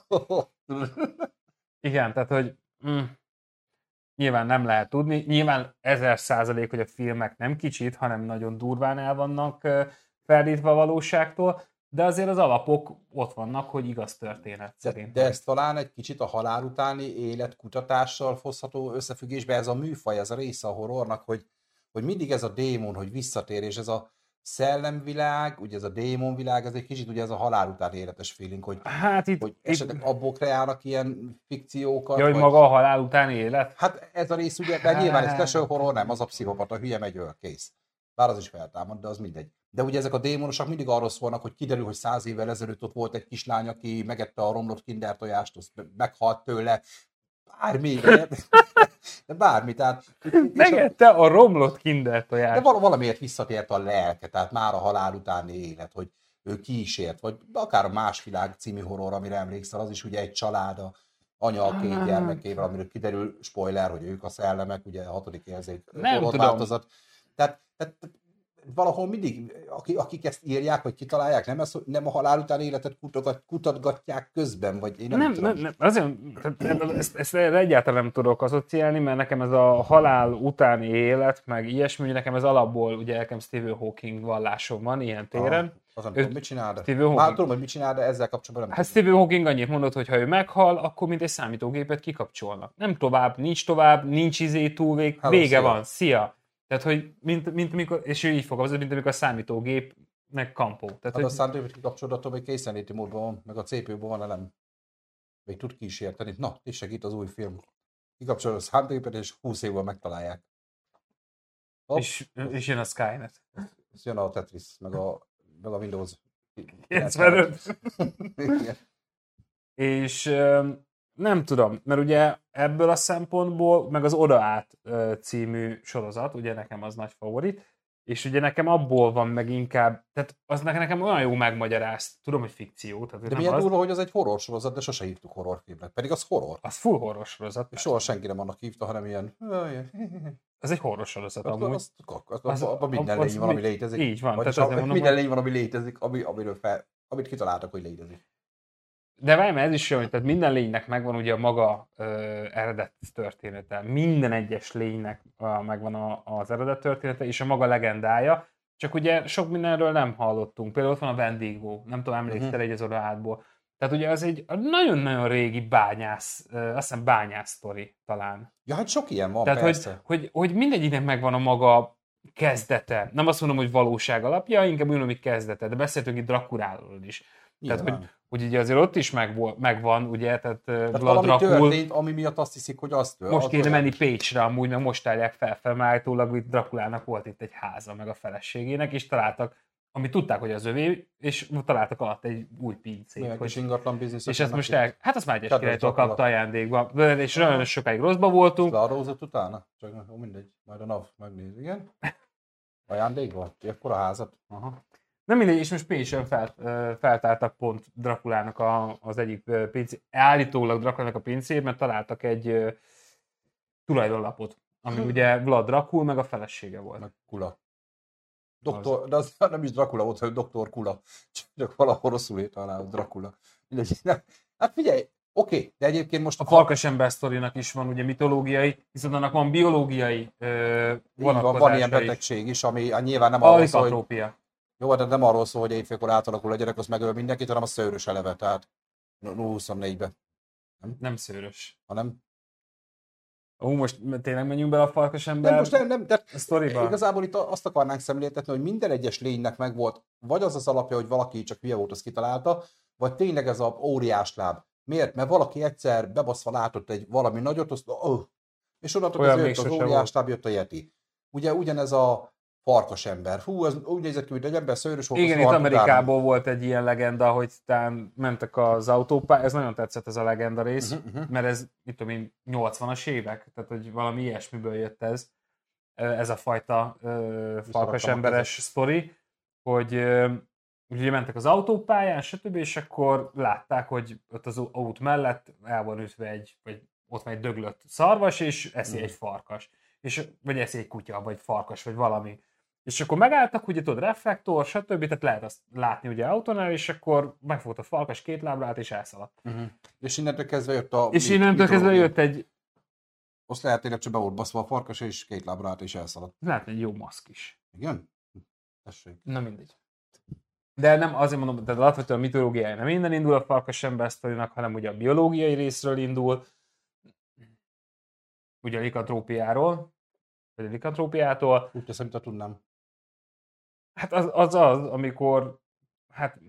Igen, tehát, hogy mm, nyilván nem lehet tudni. Nyilván ezer százalék, hogy a filmek nem kicsit, hanem nagyon durván el vannak uh, ferdítve a valóságtól, de azért az alapok ott vannak, hogy igaz történet szerint. De, de ez talán egy kicsit a halál utáni életkutatással hozható összefüggésbe, ez a műfaj, ez a része a horrornak, hogy, hogy mindig ez a démon, hogy visszatér, és ez a szellemvilág, ugye ez a démonvilág, ez egy kicsit ugye ez a halál utáni életes feeling, hogy, hát itt, hogy itt... esetleg abból kreálnak ilyen fikciókat. Ja, hogy vagy... maga a halál utáni élet? Hát ez a rész ugye, de nyilván ez special horror nem, az a pszichopata, hülye megy öl, kész. Bár az is feltámad, de az mindegy. De ugye ezek a démonosak mindig arról szólnak, hogy kiderül, hogy száz évvel ezelőtt ott volt egy kislány, aki megette a romlott kinder tojást, azt meghalt tőle. Bármi, de, de bármi. Tehát, megette a romlott kinder tojást. De valamiért visszatért a lelke, tehát már a halál utáni élet, hogy ő kísért, vagy akár a Más világ című horror, amire emlékszel, az is ugye egy család, a anya a két gyermekével, amiről kiderül, spoiler, hogy ők a szellemek, ugye a hatodik érzék változat. Tehát, tehát valahol mindig, akik ezt írják, vagy kitalálják, nem, ez, nem a halál után életet kutatgatják közben, vagy én nem, nem tudom. Nem, nem, azért, ezt, ezt egyáltalán nem tudok asszociálni, mert nekem ez a halál utáni élet, meg ilyesmi, nekem ez alapból, ugye nekem Stephen Hawking vallásom van ilyen téren. Ah, az nem tudom, mit csinál, de... Stephen Már tudom, hogy mit csinál, de ezzel kapcsolatban nem Hát tudom. Stephen Hawking annyit mondott, hogy ha ő meghal, akkor mint egy számítógépet kikapcsolnak. Nem tovább, nincs tovább, nincs izé túlvég, Hello, vége szia. van, szia! Tehát, hogy mint, mint amikor, és ő így fogalmazott, mint amikor a számítógépnek kampó. Tehát, Hát hogy... a számítógépet kikapcsolható, vagy készenléti módban van, meg a cé pé u-ban van elem. Még tud kísérteni. Na, és segít az új film. Kikapcsolod a számítógépet, és húsz évvel megtalálják. Hopp. És, és jön a Skynet. És jön a Tetris, meg a, meg a Windows. kilencvenöt. És nem tudom, mert ugye ebből a szempontból, meg az Oda át című sorozat, ugye nekem az nagy favorit, és ugye nekem abból van meg inkább, tehát az nekem olyan jó megmagyarázt, tudom, hogy fikció. Tehát de milyen az... durva, hogy az egy horror sorozat, de sose hívtuk horrorfilmnek, pedig az horror. Az full horror sorozat. És soha senki nem annak hívta, hanem ilyen... Ez egy horror sorozat az, amúgy. Az, az, az, abban minden lény van, ami létezik. Így van. Tehát tehát a, mondom, minden lény van, ami létezik, ami, amiről fel, amit kitaláltak, hogy létezik. De várj, mert ez is olyan, tehát minden lénynek megvan ugye a maga ö, eredet története. Minden egyes lénynek ö, megvan a, az eredet története, és a maga legendája. Csak ugye sok mindenről nem hallottunk. Például ott van a Wendigo, nem tudom, emlékszel uh-huh. egy az Oda átból. Tehát ugye az egy nagyon-nagyon régi bányász, ö, azt hiszem bányász sztori talán. Ja, hát sok ilyen van, Tehát, persze. hogy, hogy, hogy mindegyiknek megvan a maga kezdete. Nem azt mondom, hogy valóság alapja, inkább úgy mondom, hogy kezdete. De beszéltünk itt Draculáról is. Tehát, hogy, hogy ugye azért ott is megvo- megvan, ugye, tehát, tehát valami Dracul, történt, ami miatt azt hiszik, hogy azt től. most az kéne olyan... menni Pécsre, amúgy meg most állják fel, fel mert állítólag itt Draculának volt itt egy háza, meg a feleségének, és találtak, amit tudták, hogy az övé, és találtak alatt egy új pincét. Milyen hogy, kis ingatlan biznisz. és ezt most el, hát azt már egyes Kedves királytól Dracula. kapta ajándékba, és nagyon sokáig rosszba voltunk. Learózott utána? Csak ó, mindegy, majd a NAV megnéz, igen. Ajándékban? Akkor a házat? Aha. Nem mindegy, és most Pécsen fel, feltártak pont Draculának a, az egyik pincét, állítólag Draculának a pincét, mert találtak egy uh, tulajdonlapot, ami ugye Vlad Dracul, meg a felesége volt. Meg Kula. Doktor, de az nem is Dracula volt, hanem doktor Kula. Csak valahol rosszul írta alá, hogy Dracula. Mindegy, nem. Hát figyelj, oké, de egyébként most... A farkasember sztorinak is van ugye mitológiai, viszont annak van biológiai ö, vonatkozása. Van ilyen betegség is, ami hát nyilván nem arról szól, hogy... Jó, de nem arról szól, hogy éjfélkor átalakul a gyerek, az megöl mindenkit, hanem a szőrös eleve, tehát huszonnégyben. Nem? Nem szőrös. Hanem... Ó, most tényleg menjünk bele a farkasember nem, most nem, nem, de sztoriba? Igazából itt azt akarnánk szemléltetni, hogy minden egyes lénynek megvolt, vagy az az alapja, hogy valaki csak hülye volt, azt kitalálta, vagy tényleg ez a óriás láb. Miért? Mert valaki egyszer bebaszva látott egy valami nagyot, azt, oh, és onnantól az jött az óriás láb, jött a yeti. Ugye ugyanez a farkasember. Hú, ez úgy nézett ki, hogy egy ember szőrös volt. Igen, itt Amerikából utána. Volt egy ilyen legenda, hogy tán mentek az autópályán, ez nagyon tetszett ez a legenda rész, uh-huh, uh-huh. mert ez, mit tudom én, nyolcvanas évek, tehát hogy valami ilyesmiből jött ez, ez a fajta uh, farkasemberes sztori, hogy uh, ugye mentek az autópályán, stb. És akkor látták, hogy ott az autó mellett el van ütve egy, vagy ott van egy döglött szarvas, és eszi uh-huh. egy farkas. És, vagy eszi egy kutya, vagy farkas, vagy valami. És akkor megálltak, ugye tudod, reflektor, stb. Tehát lehet azt látni ugye autónál, és akkor megfogott a farkas két lábrát, és elszaladt. Uh-huh. És innentől kezdve jött a... És innentől kezdve jött egy... Azt lehet tényleg csak be volt baszva a farkas, és két lábrát, és elszaladt. Lehet egy jó maszk is. Igen? Tessék. Na mindegy. De nem azért mondom, tehát alapvetően a mitológiája nem minden indul a farkasember sztorinak, hanem ugye a biológiai részről indul, ugye a likantrópiáról, vagy a likantrópiától. Úgy teszem, mint tudnám. Hát az, az az, amikor, hát,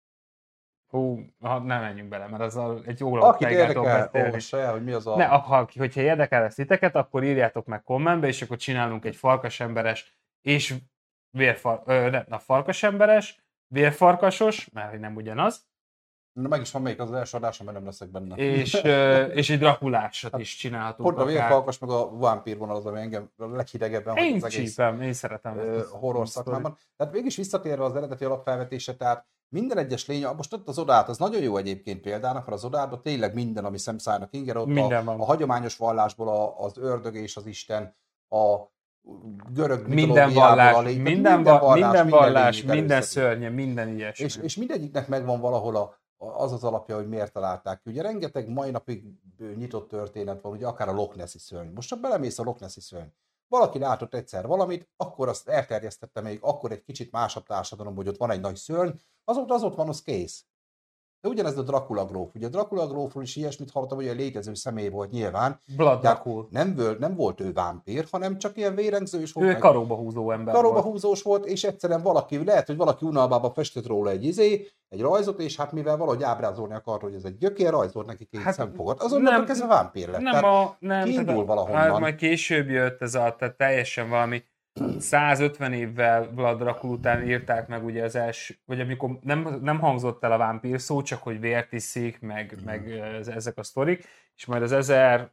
hú, nem menjünk bele, mert az a, egy óra akit érdekel, olvassa el, hogy mi az a... Ne, ha, hogyha érdekel ezt titeket, akkor írjátok meg kommentbe, és akkor csinálunk egy farkasemberes és vérfar, ö, nem, na, farkasemberes, vérfarkasos, mert hogy nem ugyanaz. Na, meg is van még az első adásom, mert nem leszek benne. És, és egy drakulásat hát, is csinálhatunk. Pont a vérfarkas meg a vámpír vonal az, ami engem a leghidegebben én az csípem, egész én szeretem uh, horror szakmában. Tehát mégis visszatérve az eredeti alapfelvetése, tehát minden egyes lény, most ott az Odát, az nagyon jó egyébként példának, mert az Odában tényleg minden, ami szemszájnak inger, ott a, a hagyományos vallásból a, az ördög és az Isten, a görög minden vallás, a lény, minden, minden vallás, minden, vallás, minden, minden szörnye, minden ilyesmi. És, és mindegyiknek megvan valahol a az az alapja, hogy miért találták ki. Ugye rengeteg mai napig nyitott történet van, ugye akár a Loch Nessi szörny. Most csak belemész a Loch Nessi szörny. Valaki látott egyszer valamit, akkor azt elterjesztette még, akkor egy kicsit másabb társadalom, hogy ott van egy nagy szörny, azóta az ott van, az kész. De ugyanez a Dracula gróf. Ugye a Dracula grófról is ilyesmit hallottam, hogy egy létező személy volt nyilván. Blood Dracula. Nem, nem volt ő vámpír, hanem csak ilyen vérengzős volt. Ő meg karóba húzó ember karóba volt. húzós volt, és egyszerűen valaki, lehet, hogy valaki unalmában festett róla egy izé, egy rajzot, és hát mivel valahogy ábrázolni akart, hogy ez egy gyökér, rajzolt neki két hát szemfogat. Azonnal kezdve vámpír lett. Nem a, nem, kiindul valahonnan. Hát majd később jött ez a, tehát teljesen valami százötven évvel Vlad Dracula után írták meg ugye az első, vagy amikor nem, nem hangzott el a vámpír szó, csak hogy vért iszik, meg, mm. meg ezek a sztorik, és majd az ezer,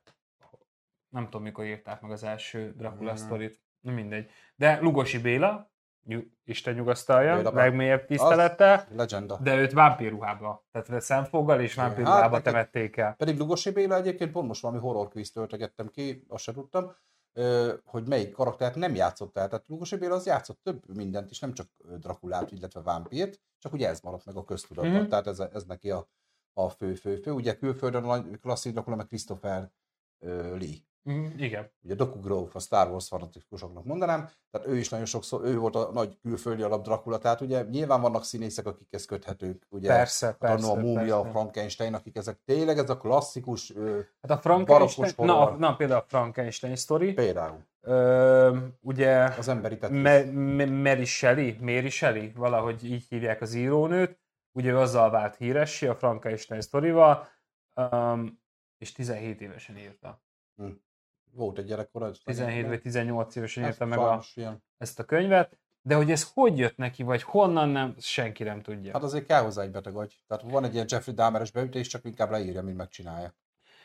nem tudom mikor írták meg az első Dracula mm. sztorit, nem mindegy. De Lugosi Béla, nyug, Isten nyugasztalja, legmélyebb tisztelettel, de őt vámpírruhába, tehát szemfoggal és vámpírruhába hát, temették el. Pedig Lugosi Béla egyébként pont most valami horror quiz töltegettem ki, azt sem tudtam, hogy melyik karaktert nem játszott el. Tehát Lugosi Béla az játszott több mindent is, nem csak Drakulát, illetve vámpírt, csak ugye ez maradt meg a köztudatban. Mm-hmm. Tehát ez, ez neki a, a fő-fő-fő. Ugye külföldön a klasszik Dracula, meg Christopher uh, Lee. Mm, igen. Ugye Doku Grove, a Star Wars fanatikusoknak mondanám, tehát ő is nagyon sokszor, ő volt a nagy külföldi alap Dracula, tehát ugye nyilván vannak színészek, akik ezt köthetők, ugye persze, hát persze, a Múmia, a Frankenstein, akik ezek tényleg ez a klasszikus hát a Frankenstein, na, na például a Frankenstein sztori. Például. Ö, ugye az emberi Me, Me, Mary Shelley, Mary Shelley, valahogy így hívják az írónőt, ugye azzal vált híressé a Frankenstein sztorival, um, és tizenhét évesen írta. Hm. Volt egy gyerekkora. tizenhét vagy tizennyolc évesen írta meg a, ezt a könyvet, de hogy ez hogy jött neki, vagy honnan nem, senki nem tudja. Hát azért kell hozzá egy beteg agy. Tehát van egy ilyen Jeffrey Dahmeres beütés, csak inkább leírja, mint megcsinálja.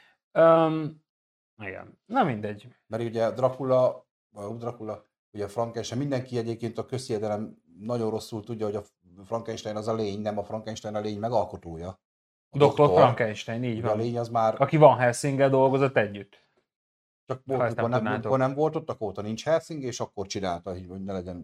Um, igen, na mindegy. Mert ugye Dracula, vagy Dracula, ugye Frankenstein, mindenki egyébként a közhiedelem nagyon rosszul tudja, hogy a Frankenstein az a lény, nem a Frankenstein a lény megalkotója. doktor Frankenstein, így van. A lény az már... Aki Van Helsinggel dolgozott együtt. Csak volt, nem, nem, nem volt ott, akkor óta nincs Helsing, és akkor csinálta, hogy ne legyen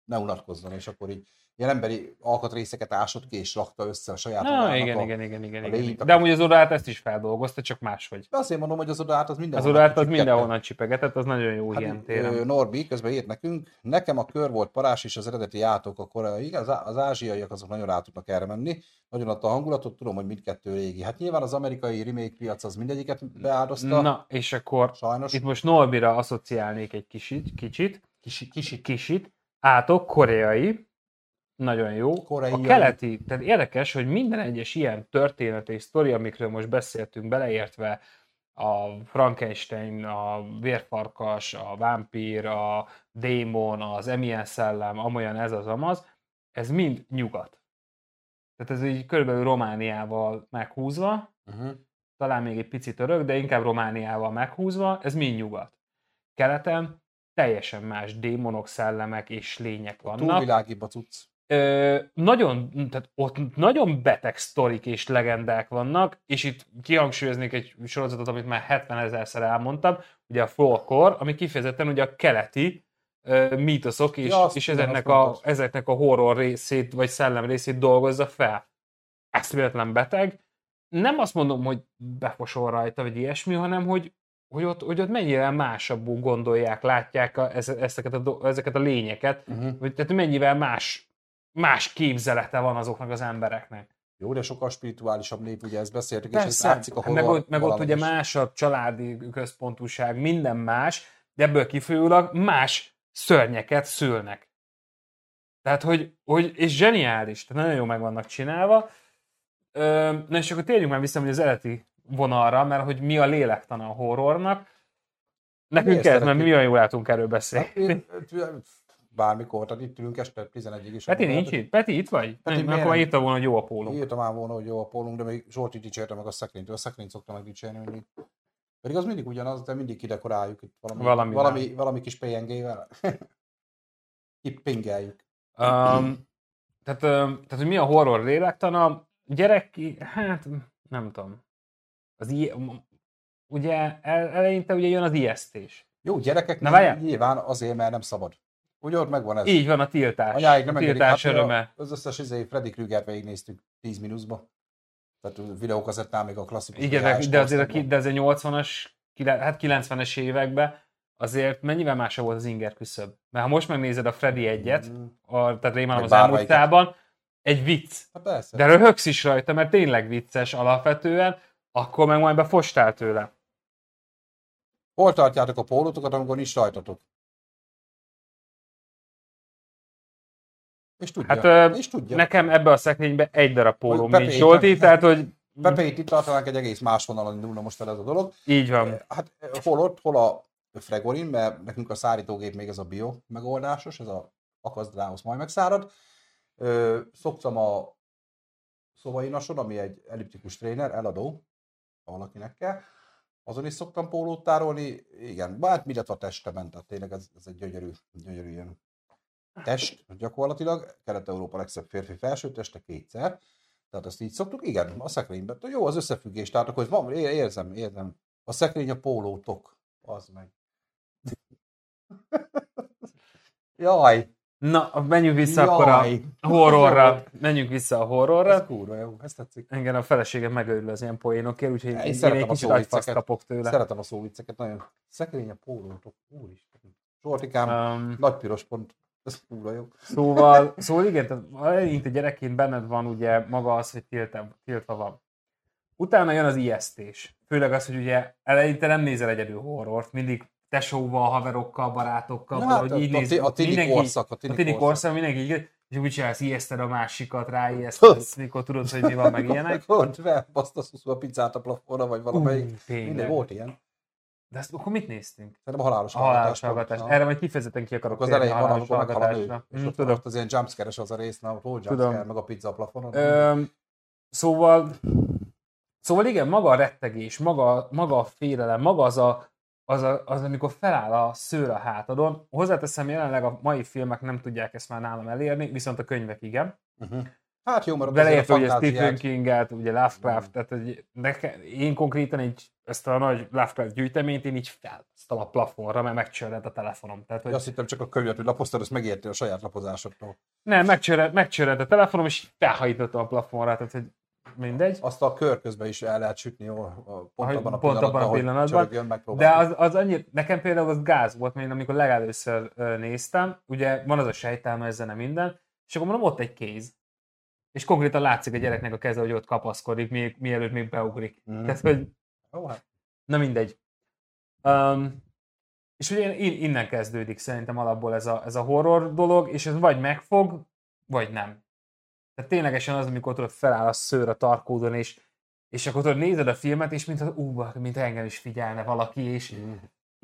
ne unatkozzon, és akkor így ilyen emberi alkatrészeket ásott ki, és rakta össze a saját Na, magának igen, a, igen, igen, igen, a igen. lényt. De amúgy az Odaát ezt is feldolgozta, csak máshogy. De azért mondom, hogy az Odaát az Az mindenhol. Odaát az mindenhonnan csipegetett, az nagyon jó Hát, ilyen téren. ö, Norbi közben írt nekünk, nekem a kör volt parás, és az eredeti játok a koreai, az, az ázsiaiak azok nagyon rá tudnak erre menni. Nagyon adta a hangulatot, tudom, hogy mindkettő régi. Hát nyilván az amerikai remake piac az mindegyiket beáldozta. Na, és akkor Sajnos. itt most Norbira asszociálnék egy kicsit, kicsit, Kisi, kisi. kicsit. Átok, koreai, nagyon jó. Koreai. A keleti, tehát érdekes, hogy minden egyes ilyen történet és sztori, amikről most beszéltünk, beleértve a Frankenstein, a vérfarkas, a vámpír, a démon, az emilyen szellem, amolyan ez az amaz, ez mind nyugat. Tehát ez így körülbelül Romániával meghúzva, Uh-huh. talán még egy picit örök, de inkább Romániával meghúzva, ez mind nyugat. Keleten teljesen más démonok, szellemek és lények vannak. Túlvilágibb a cucc. Ö, nagyon, tehát ott nagyon beteg sztorik és legendák vannak, és itt kihangsúlyoznék egy sorozatot, amit már hetvenezerszer elmondtam, ugye a folklore, ami kifejezetten ugye a keleti ö, mítoszok és, Ja, és igen, ezeknek, azt a, mondtad. ezeknek a horror részét, vagy szellem részét dolgozza fel. Eszméletlen beteg. Nem azt mondom, hogy befosol rajta, vagy ilyesmi, hanem hogy, hogy, ott, hogy ott mennyire másabbul gondolják, látják a, ezeket, a, do- ezeket a lényeket, Uh-huh. hogy tehát mennyivel más más képzelete van azoknak az embereknek. Jó, de sokkal spirituálisabb nép, ugye ezt beszéltük, és Persze, ez látszik a meg horror ott, meg ott ugye valami is. más a családi központúság, minden más, de ebből kifolyólag más szörnyeket szülnek. Tehát, hogy, hogy és zseniális, tehát nagyon jól meg vannak csinálva. Ö, na és akkor térjünk már vissza, hogy az eredeti vonalra, mert hogy mi a lélektana a horrornak. Nekünk Miért ez, mert mi szeretjük? olyan jól látunk erről Hát, beszélni. én- bármikor, tehát itt ülünk este tizenegyig is. Peti nincs itt? Peti itt vagy? Peti, Nem, miért akkor már nem? írta volna, hogy jó a póló. Írtam már volna, hogy jó a pólunk, de még Zsolti dicsérte meg a szekrényt. A szekrényt szokta meg dicsérni mindig. Pedig az mindig ugyanaz, de mindig kidekoráljuk itt valami, Valamivel. valami, valami kis pé en gé-vel. Kipingeljük. Um, tehát, um, tehát, hogy mi a horror lélektana? Gyereki, hát nem tudom. Az i- ugye el, eleinte ugye jön az ijesztés. Jó, gyerekek, Na, várjál. nyilván azért, mert nem szabad. Ugye ott megvan ez. Így van a tiltás. Anyáig nem a engedik, tiltás hát, öröme. az összes izé Freddy Krügert végignéztük tíz mínuszba. Tehát videókazettán még a klasszikus Igen, vé há es de, de azért, a, korszakban. ki- de azért nyolcvanas, kile- hát kilencvenes években azért mennyivel másabb volt az inger küszöb. Mert ha most megnézed a Freddy egyet, Mm. a, tehát rémálom Meg az bármelyiket. elmúltában, egy vicc. Hát persze. De röhögsz is rajta, mert tényleg vicces alapvetően, akkor meg majd befostál tőle. Hol tartjátok a pólótokat, amikor nincs rajtatok? És tudja. Hát ö, és tudja. nekem ebbe a szekrénybe egy darab pólóm Pepe nincs, itt Zsolti, van. tehát hogy Pepe itt tartanánk egy egész más vonalon indulna most el ez a dolog. így van. Hát hol ott, hol a Fregorin, mert nekünk a szárítógép még ez a bio megoldásos, ez a akasztrához majd megszárad. Ö, szoktam a Szobainason, ami egy elliptikus tréner, eladó, ha valakinek kell. Azon is szoktam pólót tárolni. Igen, hát mindent a testemen, tehát tényleg ez, ez egy gyönyörű, gyönyörű ilyen test gyakorlatilag. Kelet-Európa legszebb férfi felsőteste kétszer. Tehát azt így szoktuk. Igen, a szekrényben. Jó az összefüggés, tehát akkor van, érzem, érzem. A szekrény a pólótok. Az meg. Jaj! Na, menjünk vissza Jaj. akkor a horrorra. Menjünk vissza a horrorra. Ez kurva jó, ezt tetszik. Engem a feleségem megörül az ilyen poénokért, úgyhogy Én én, én szeretem egy a kicsit szóvicceket. agyfaszt kapok tőle. Szeretem a szóvicceket, nagyon. Szekrény a pólótok. Úristen. Zsoltikám, Um, nagy piros pont. Ez kurva jó. Szóval, szóval igen, tehát eleinte gyerekként benned van ugye maga az, hogy tiltva, tiltva van. Utána jön az ijesztés. Főleg az, hogy ugye eleinte nem nézel egyedül horrort, mindig tesóval, haverokkal, barátokkal, Ja, valahogy hát így a, néz. a, a tini mindenki- korszak, a tini A tini korszak. korszak, mindenki így, és úgy csinálsz, ijeszted a másikat, ráijesztesz, mikor tudod, hogy mi van, meg ilyenek. Ott felbasztasz a pizzát a plafonra, vagy valamelyik. Ú, tényleg. Minden volt ilyen. De ezt akkor mit néztünk? Szerintem a halálos A halálos hallgatás. hallgatás. Erre majd kifejezetten ki akarok Az térni elején a van, halálos amikor meghal a nő, hallgatásra. és Mm, ott tudom. ott az ilyen jumpscare-es az a rész, na, hol Tudom. jumpscare, meg a pizza a plafonon. Ö, szóval, szóval igen, maga a rettegés, maga, maga a félelem, maga az, a, az, a, az, amikor feláll a szőr a hátadon. Hozzáteszem, jelenleg a mai filmek nem tudják ezt már nálam elérni, viszont a könyvek igen. Uh-huh. Hát jó, mert beleértve ugye fantáziát... Stephen Kinget, ugye Lovecraft, mm. tehát hogy neke, én konkrétan így ezt a nagy Lovecraft gyűjteményt én így felhoztam a plafonra, mert megcsörrent a telefonom. Tehát, hogy... Azt hittem csak a könyvet, hogy lapoztad, azt megérti a saját lapozásoktól. Nem, megcsörrent, megcsörrent a telefonom, és felhajítottam a plafonra, tehát hogy mindegy. Azt a kör közben is el lehet sütni, ó, pont abban a pont pillanatban, abban a pillanatban. Csörögjön, de az, az annyi, nekem például az gáz volt, mert én amikor legelőször néztem, ugye van az a sejtelme, ez zene minden, és akkor mondom, ott egy kéz. És konkrétan látszik a gyereknek a keze, hogy ott kapaszkodik, még, mielőtt még beugrik. Mm. Tehát, hogy... Oh, hát. Na mindegy. Um, és ugye innen kezdődik szerintem alapból ez a, ez a horror dolog, és ez vagy megfog, vagy nem. Tehát ténylegesen az, amikor tudod, feláll a szőr a tarkódon, és, és akkor tudod, nézed a filmet, és mintha ú, mint engem is figyelne valaki, és mm.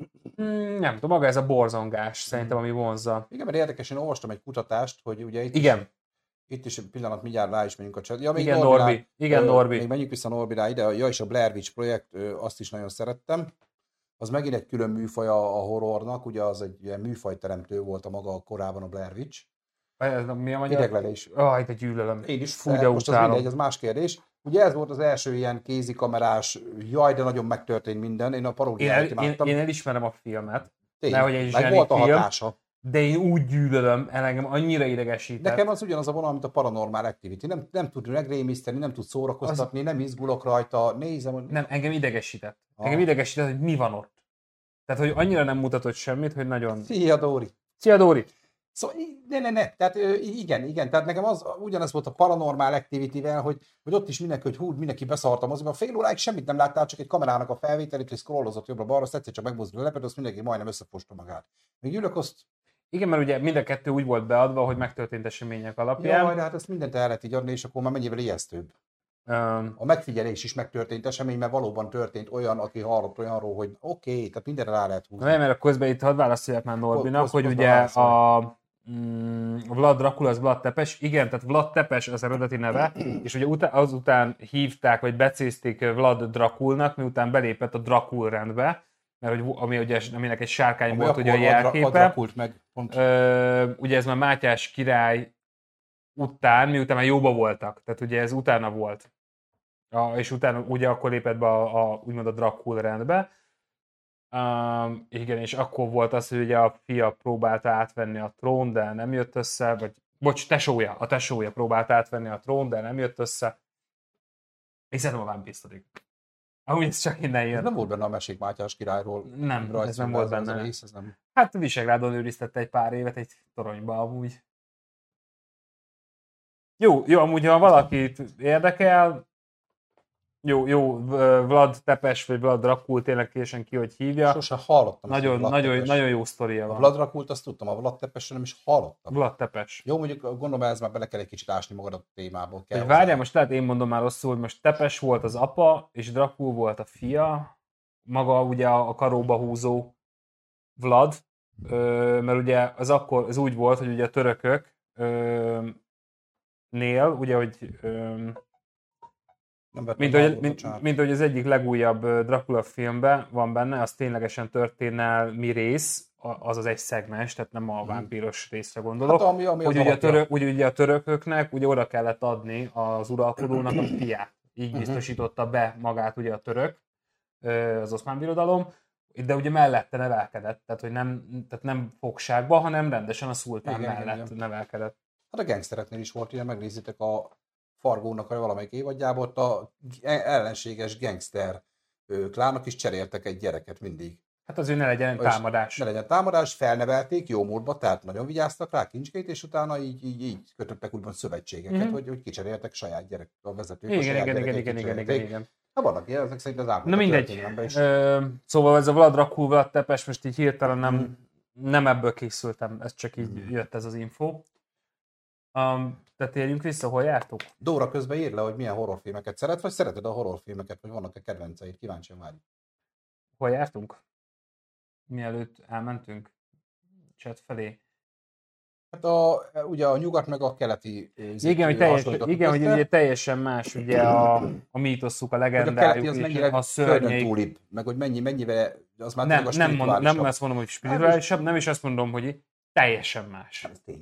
Mm, nem tudom, maga ez a borzongás szerintem, ami vonzza. Igen, mert érdekes, én olvastam egy kutatást, hogy ugye itt Igen. Is, itt is egy pillanat, mindjárt rá is megyünk a chat. Ja, még Igen, Norbi. Norbi. Igen, Norbi. Még menjünk vissza Norbira ide. Ja, és a Blair Witch projekt, azt is nagyon szerettem. Az megint egy külön műfaj a horrornak, ugye az egy ilyen műfajteremtő volt a maga korában a Blair Witch. Ez mi a magyar? Ideglelés. Ah, itt egy gyűlölöm. Én is. Fú, de most az mindegy, ez más kérdés. Ugye ez volt az első ilyen kézikamerás, jaj, de nagyon megtörtént minden. Én a paródiát imádtam. Én, én elismerem a filmet. Tényleg, hogy egy meg volt a film, hatása. De én úgy gyűlölöm, engem annyira idegesített. Nekem az ugyanaz a vonal, mint a Paranormal Activity. Nem, nem tud megrémiszteni, nem tud szórakoztatni, az... nem izgulok rajta, nézem. Hogy... Nem, engem idegesített. Ah. Engem idegesített, hogy mi van ott. Tehát, hogy annyira nem mutatott semmit, hogy nagyon... Szia, Dóri! Szia, Dóri! Szóval ne, ne, ne, tehát igen, igen, tehát nekem az ugyanaz volt a Paranormal Activity-vel, hogy, hogy ott is mindenki, hogy hú, mindenki beszart a moziban, fél óráig semmit nem láttál, csak egy kamerának a felvételét, hogy scrollozott jobbra-balra, azt egyszer csak megmozdul a lepedő, azt mindenki majdnem összefosta magát. Még ülök azt... Igen, mert ugye mind a kettő úgy volt beadva, hogy megtörtént események alapján. Jaj, de hát ezt mindent el lehet így adni, és akkor már mennyivel ijesztőbb. Um, a megfigyelés is megtörtént esemény, mert valóban történt olyan, aki hallott olyanról, hogy oké, okay, tehát mindenre rá lehet húzni. Nem, mert a közben itt hadd válaszoljak már Norbinak, Koz, hogy ugye a mm, Vlad Dracula az Vlad Tepes, igen, tehát Vlad Tepes az eredeti neve, és ugye utá, azután hívták, vagy becézték Vlad Draculnak, miután belépett a Dracul rendbe, mert hogy, ami ugye, aminek egy sárkány ami volt ugye a jelképe. Meg, Ö, ugye ez már Mátyás király után, miután már jóba voltak, tehát ugye ez utána volt. A, és utána ugye akkor lépett be a, a úgymond a Dracul rendbe. Um, igen, és akkor volt az, hogy ugye a fia próbálta átvenni a trón, de nem jött össze, vagy bocs, tesója, a tesója próbálta átvenni a trón, de nem jött össze. És szerintem a One Piece sztorik. Amúgy ez csak innen jön. Ez nem volt benne a Mesék Mátyás királyról. Nem, ez nem volt benne. Ez rész, ez nem... Hát Visegrádon őriztette egy pár évet egy toronyba amúgy. Jó, jó, amúgy ha valakit érdekel, jó, jó, Vlad Tepes, vagy Vlad Dracul, tényleg késen ki, hogy hívja. Sose hallottam. Nagyon, nagyon, nagyon jó sztoria van. A Vlad Dracult azt tudtam, a Vlad Tepesről nem is hallottam. Vlad Tepes. Jó, mondjuk gondolom, ez már bele kell egy kicsit ásni magad a témából. Kell várjál, most lehet én mondom már rosszul, hogy most Tepes volt az apa, és Dracul volt a fia, maga ugye a karóba húzó Vlad, mert ugye az akkor, az úgy volt, hogy ugye a törökök nél, ugye, hogy mint hogy, mint, mint hogy az egyik legújabb Dracula filmben van benne, az ténylegesen történelmi rész, az az egy szegmens, tehát nem a vámpíros részre gondolok, hát, ami, ami hogy ugye a, török, ugye, ugye a törököknek ugye oda kellett adni az uralkodónak a fiát. Így uh-huh. biztosította be magát ugye a török, az Oszmán Birodalom, de ugye mellette nevelkedett, tehát, hogy nem, tehát nem fogságba, hanem rendesen a szultán igen, mellett igen. nevelkedett. Hát a gangstereknél is volt ilyen, megnézitek a Fargónak a valamelyik évadjában, ott a ellenséges gangster klánok is cseréltek egy gyereket mindig. Hát azért ne legyen és támadás. Ne legyen támadás, felnevelték jó módba, tehát nagyon vigyáztak rá kincskét, és utána így, így, így kötöttek úgymond szövetségeket, mm-hmm. hogy, hogy kicseréltek saját gyerek, a vezetők. Igen, igen, igen, igen, igen, igen, igen. Na vannak ilyen, ezek szerint az átmenet. Na mindegy. Ö, szóval ez a Vlad Dracul, Vlad Tepes, most így hirtelen nem, mm. nem ebből készültem, ez csak így mm. jött ez az info. Um, de térjünk vissza, hol jártuk? Dóra közben ír le, hogy milyen horrorfilmeket szeret, vagy szereted a horrorfilmeket, vagy vannak-e kedvenceid? Kíváncsian várjuk. Hol jártunk? Mielőtt elmentünk chat felé. Hát a, ugye a nyugat meg a keleti... Igen, hogy, teljes, igen hogy ugye teljesen más ugye a, a mítoszuk, a legendájuk, a szörnyeik. Meg hogy mennyi, mennyivel... Az már nem, nem, mond, nem azt mondom, hogy spirituálisabb, nem is azt mondom, hogy teljesen más. Ez tény.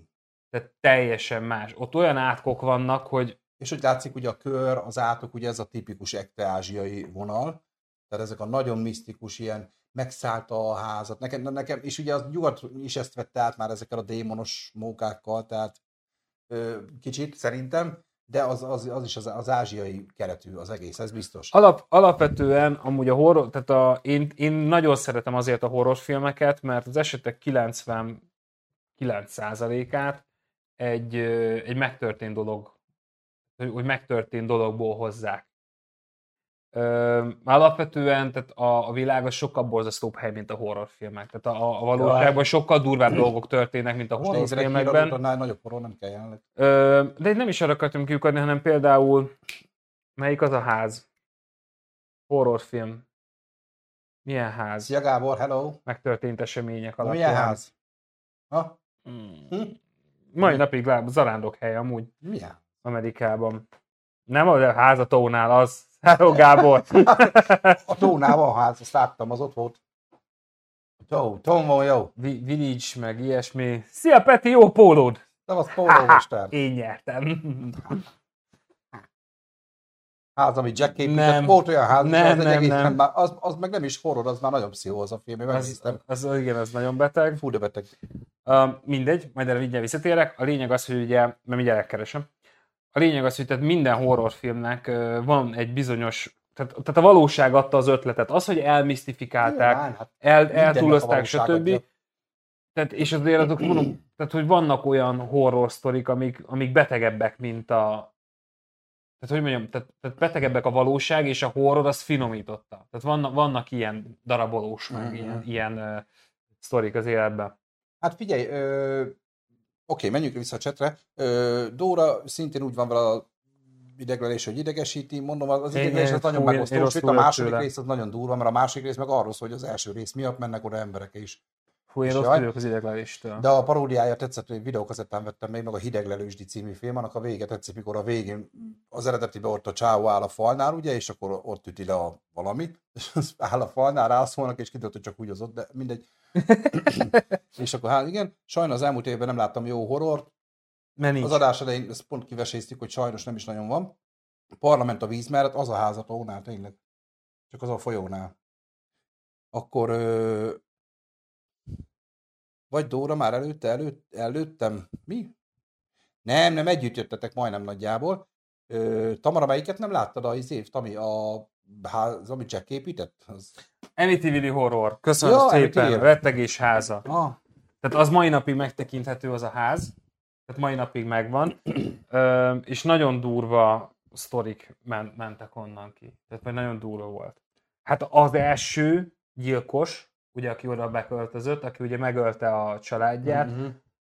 Tehát teljesen más. Ott olyan átkok vannak, hogy... És hogy látszik, ugye a kör, az átok, ugye ez a tipikus ekte-ázsiai vonal, tehát ezek a nagyon misztikus, ilyen megszállta a házat, nekem, nekem és ugye a nyugat is ezt vette át már ezekkel a démonos mókákkal, tehát ö, kicsit szerintem, de az, az, az is az, az ázsiai keretű az egész, ez biztos. Alap, alapvetően amúgy a horror, tehát a, én, én nagyon szeretem azért a horrorfilmeket, mert az esetek kilencvenkilenc százalékát egy, egy megtörtént dolog, hogy megtörtént dologból hozzák. Ö, alapvetően tehát a, a világ az sokkal borzasztóbb hely, mint a horrorfilmek. Tehát a, a valóságban sokkal durvább dolgok történnek, mint a Most horrorfilmekben. Annál nagyobb horror nem kell jelenleg. Ö, de én nem is arra akartam kiukadni, hanem például melyik az a ház? Horrorfilm. Milyen ház? Szia Gábor, hello! Megtörtént események Na, alapján. milyen ház? Ha? Hmm. Hm? Mai napig zarándok hely amúgy Milyen? Amerikában. Nem a ház a tónál, az. Hello, Gábor! A tónál van ház, azt láttam, az ott volt. Jó, tón van jó. Vi- Village, meg ilyesmi. Szia, Peti, jó pólód! Nem az pólómester. Én nyertem. Ház, amit Jack épített, Nem. volt olyan ház, Nem, az, egy nem, egészen nem. Már, az, az meg nem is horror, az már nagyon pszichó az a film, én Az, megnéztem. az, igen, az nagyon beteg. Fú, de beteg. Uh, mindegy, majd erre mindjárt visszatérek. A lényeg az, hogy ugye, mert mindjárt elkeresem. A lényeg az, hogy tehát minden horrorfilmnek uh, van egy bizonyos, tehát, tehát a valóság adta az ötletet. Az, hogy elmisztifikálták, Nyilván, hát el, mindennek a eltúlozták, valóság stb. adja. Tehát, és azért azok mondom, tehát, hogy vannak olyan horror sztorik, amik, amik betegebbek, mint a... Tehát, hogy mondjam, tehát, tehát betegebbek a valóság, és a horror az finomította. Tehát vannak, vannak ilyen darabolós, meg Mhm. ilyen, ilyen uh, sztorik az életben. Hát figyelj, ö, oké, menjünk vissza a csetre. Ö, Dóra szintén úgy van vele a ideglelés, hogy idegesíti, mondom, az Én- ideglelés én az nagyon fúj- én megosztó, rosszul sőt a vagyok második tőle. rész az nagyon durva, mert a második rész meg arról szól, hogy az első rész miatt mennek oda emberek is. Fú, én És rossz jaj. vagyok az idegleléstől. De a paródiája tetszett, hogy videókazettán vettem még, meg a Hideglelősdi című film, annak a vége tetszik, mikor a végén az eredetiben ott a csáó áll a falnál, ugye, és akkor ott üti le a valamit, és az áll a falnál, rászólnak, és kiderült, hogy csak úgy ott, de mindegy. És akkor hát igen, sajnos az elmúlt évben nem láttam jó horrort. Mert nincs. Az adás elején ezt pont kiveséztük, hogy sajnos nem is nagyon van. A Parlament a víz mellett, az a ház a tónál, tényleg. Csak az a folyónál. Akkor ö... vagy Dóra már előtte, előtt, előttem? Mi? Nem, nem, együtt jöttetek majdnem nagyjából. Ö, Tamara, melyiket nem láttad a izév, Tami, a ház, amit Jack épített? Az... Amityville Horror. Köszönöm Ja, szépen. Amityville. Rettegés háza. Ah, Tehát az mai napig megtekinthető az a ház. Tehát mai napig megvan. Ö, és nagyon durva sztorik men- mentek onnan ki. Tehát vagy nagyon durva volt. Hát az első gyilkos, ugye aki oda beköltözött, aki ugye megölte a családját, mhm.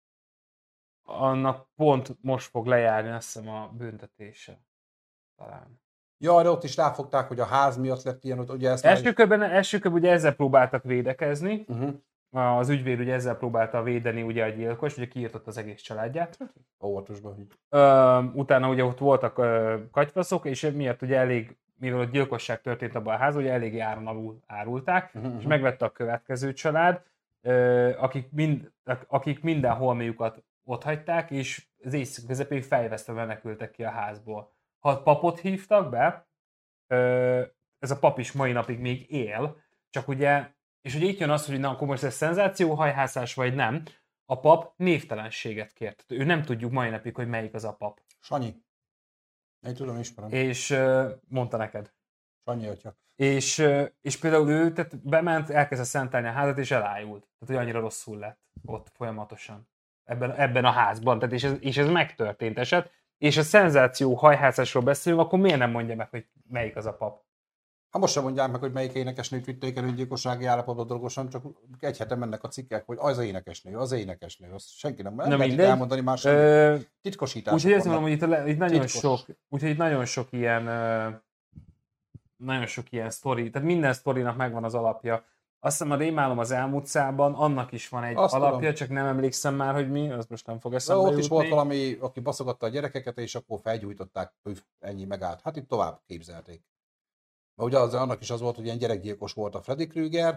annak pont most fog lejárni, azt hiszem, a büntetése. Talán. Ja, de ott is ráfogták, hogy a ház miatt lett ilyen, hogy ugye ezt már Első is... körben, első körben ugye ezzel próbáltak védekezni. Uh-huh. Az ügyvéd ugye ezzel próbálta védeni ugye a gyilkos, ugye kiirtott az egész családját. Óvatosban így. Ö, utána ugye ott voltak ö, katyfaszok, és miatt ugye elég, mivel ott gyilkosság történt abban a házban, ugye eléggé áron alul árulták, Uh-huh. és megvette a következő család, ö, akik, mind, akik minden holmiukat ott hagyták, és az éjszaka közepén fejvesztve menekültek ki a házból. Hat papot hívtak be, ö, ez a pap is mai napig még él, csak ugye, és ugye itt jön az, hogy na, akkor most ez szenzációhajhászás vagy nem, a pap névtelenséget kért. Ő nem tudjuk mai napig, hogy melyik az a pap. Sanyi. Én tudom, ismerem. És ö, mondta neked. Sanyi atya. És, ö, és például ő tehát bement, elkezdett szentelni a házat, és elájult. Tehát, hogy annyira rosszul lett ott folyamatosan. Ebben, ebben a házban. Tehát, és, ez, és ez megtörtént eset. És a szenzáció hajhászásról beszélünk, akkor miért nem mondja meg, hogy melyik az a pap? Hát most sem mondják meg, hogy melyik énekesnőt vitték el öngyilkossági állapotban drogosan, csak egy hete mennek a cikkek, hogy az énekesnő, az énekesnő, azt senki nem, nem Na lehet mindegy. elmondani más sem. Ö, Titkosítások Úgyhogy ezt vannak. mondom, hogy itt, le- itt nagyon Titkos. sok, úgyhogy itt nagyon sok ilyen ö, nagyon sok ilyen sztori, tehát minden sztorinak megvan az alapja. Azt hiszem a Rémálom az elmúltszában, annak is van egy Azt alapja, tudom. csak nem emlékszem már, hogy mi, az most nem fog De eszembe ott jutni. is volt valami, aki baszogatta a gyerekeket, és akkor felgyújtották, püf, ennyi megállt. Hát itt tovább képzelték. Mert ugye az, annak is az volt, hogy ilyen gyerekgyilkos volt a Freddy Krueger,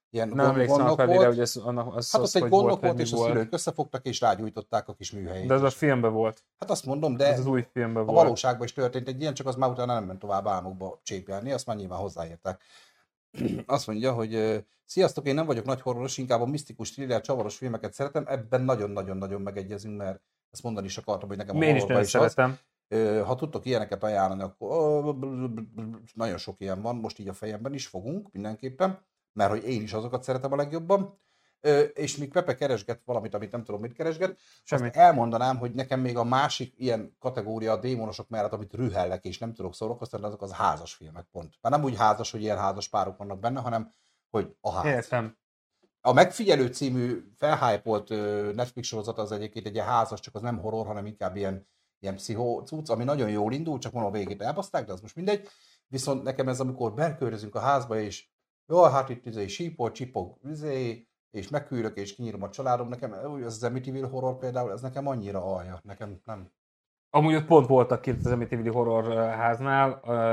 ilyen Nem emlékszem a felére, hogy ez, annak, az, hát az, ott egy hogy gondok volt, volt, és volt. a szülők összefogtak, és rágyújtották a kis műhelyét. De ez a filmben volt. Hát azt mondom, de ez az új filmben a volt. valóságban is történt egy ilyen, csak az már utána nem ment tovább álmokba csépelni, azt már nyilván hozzáértek. Azt mondja, hogy sziasztok, én nem vagyok nagy horroros, inkább a misztikus, thriller, csavaros filmeket szeretem, ebben nagyon-nagyon-nagyon megegyezünk, mert ezt mondani is akartam, hogy nekem a Én is horrorban is szeretem. Az. Ha tudtok ilyeneket ajánlani, akkor nagyon sok ilyen van, most így a fejemben is fogunk mindenképpen, mert hogy én is azokat szeretem a legjobban. És míg Pepe keresget valamit, amit nem tudom, mit keresget, azt elmondanám, hogy nekem még a másik ilyen kategória a démonosok mellett, amit rühellek és nem tudok szórakoztatni, azok az házas filmek pont. Már nem úgy házas, hogy ilyen házas párok vannak benne, hanem hogy a ház. Értem. A Megfigyelő című felhypolt Netflix sorozat az egyébként egy ilyen házas, csak az nem horror, hanem inkább ilyen, ilyen pszichó cucc, ami nagyon jól indul, csak mondom a végét elbaszták, de az most mindegy. Viszont nekem ez, amikor belkörözünk a házba, és jó, hát itt izé, sípol, csipog, izé, és meghűlök, és kinyírom a családom, nekem ez az Amityville horror például, ez nekem annyira alja, nekem nem. Amúgy ott pont voltak kint az Amityville horror háznál,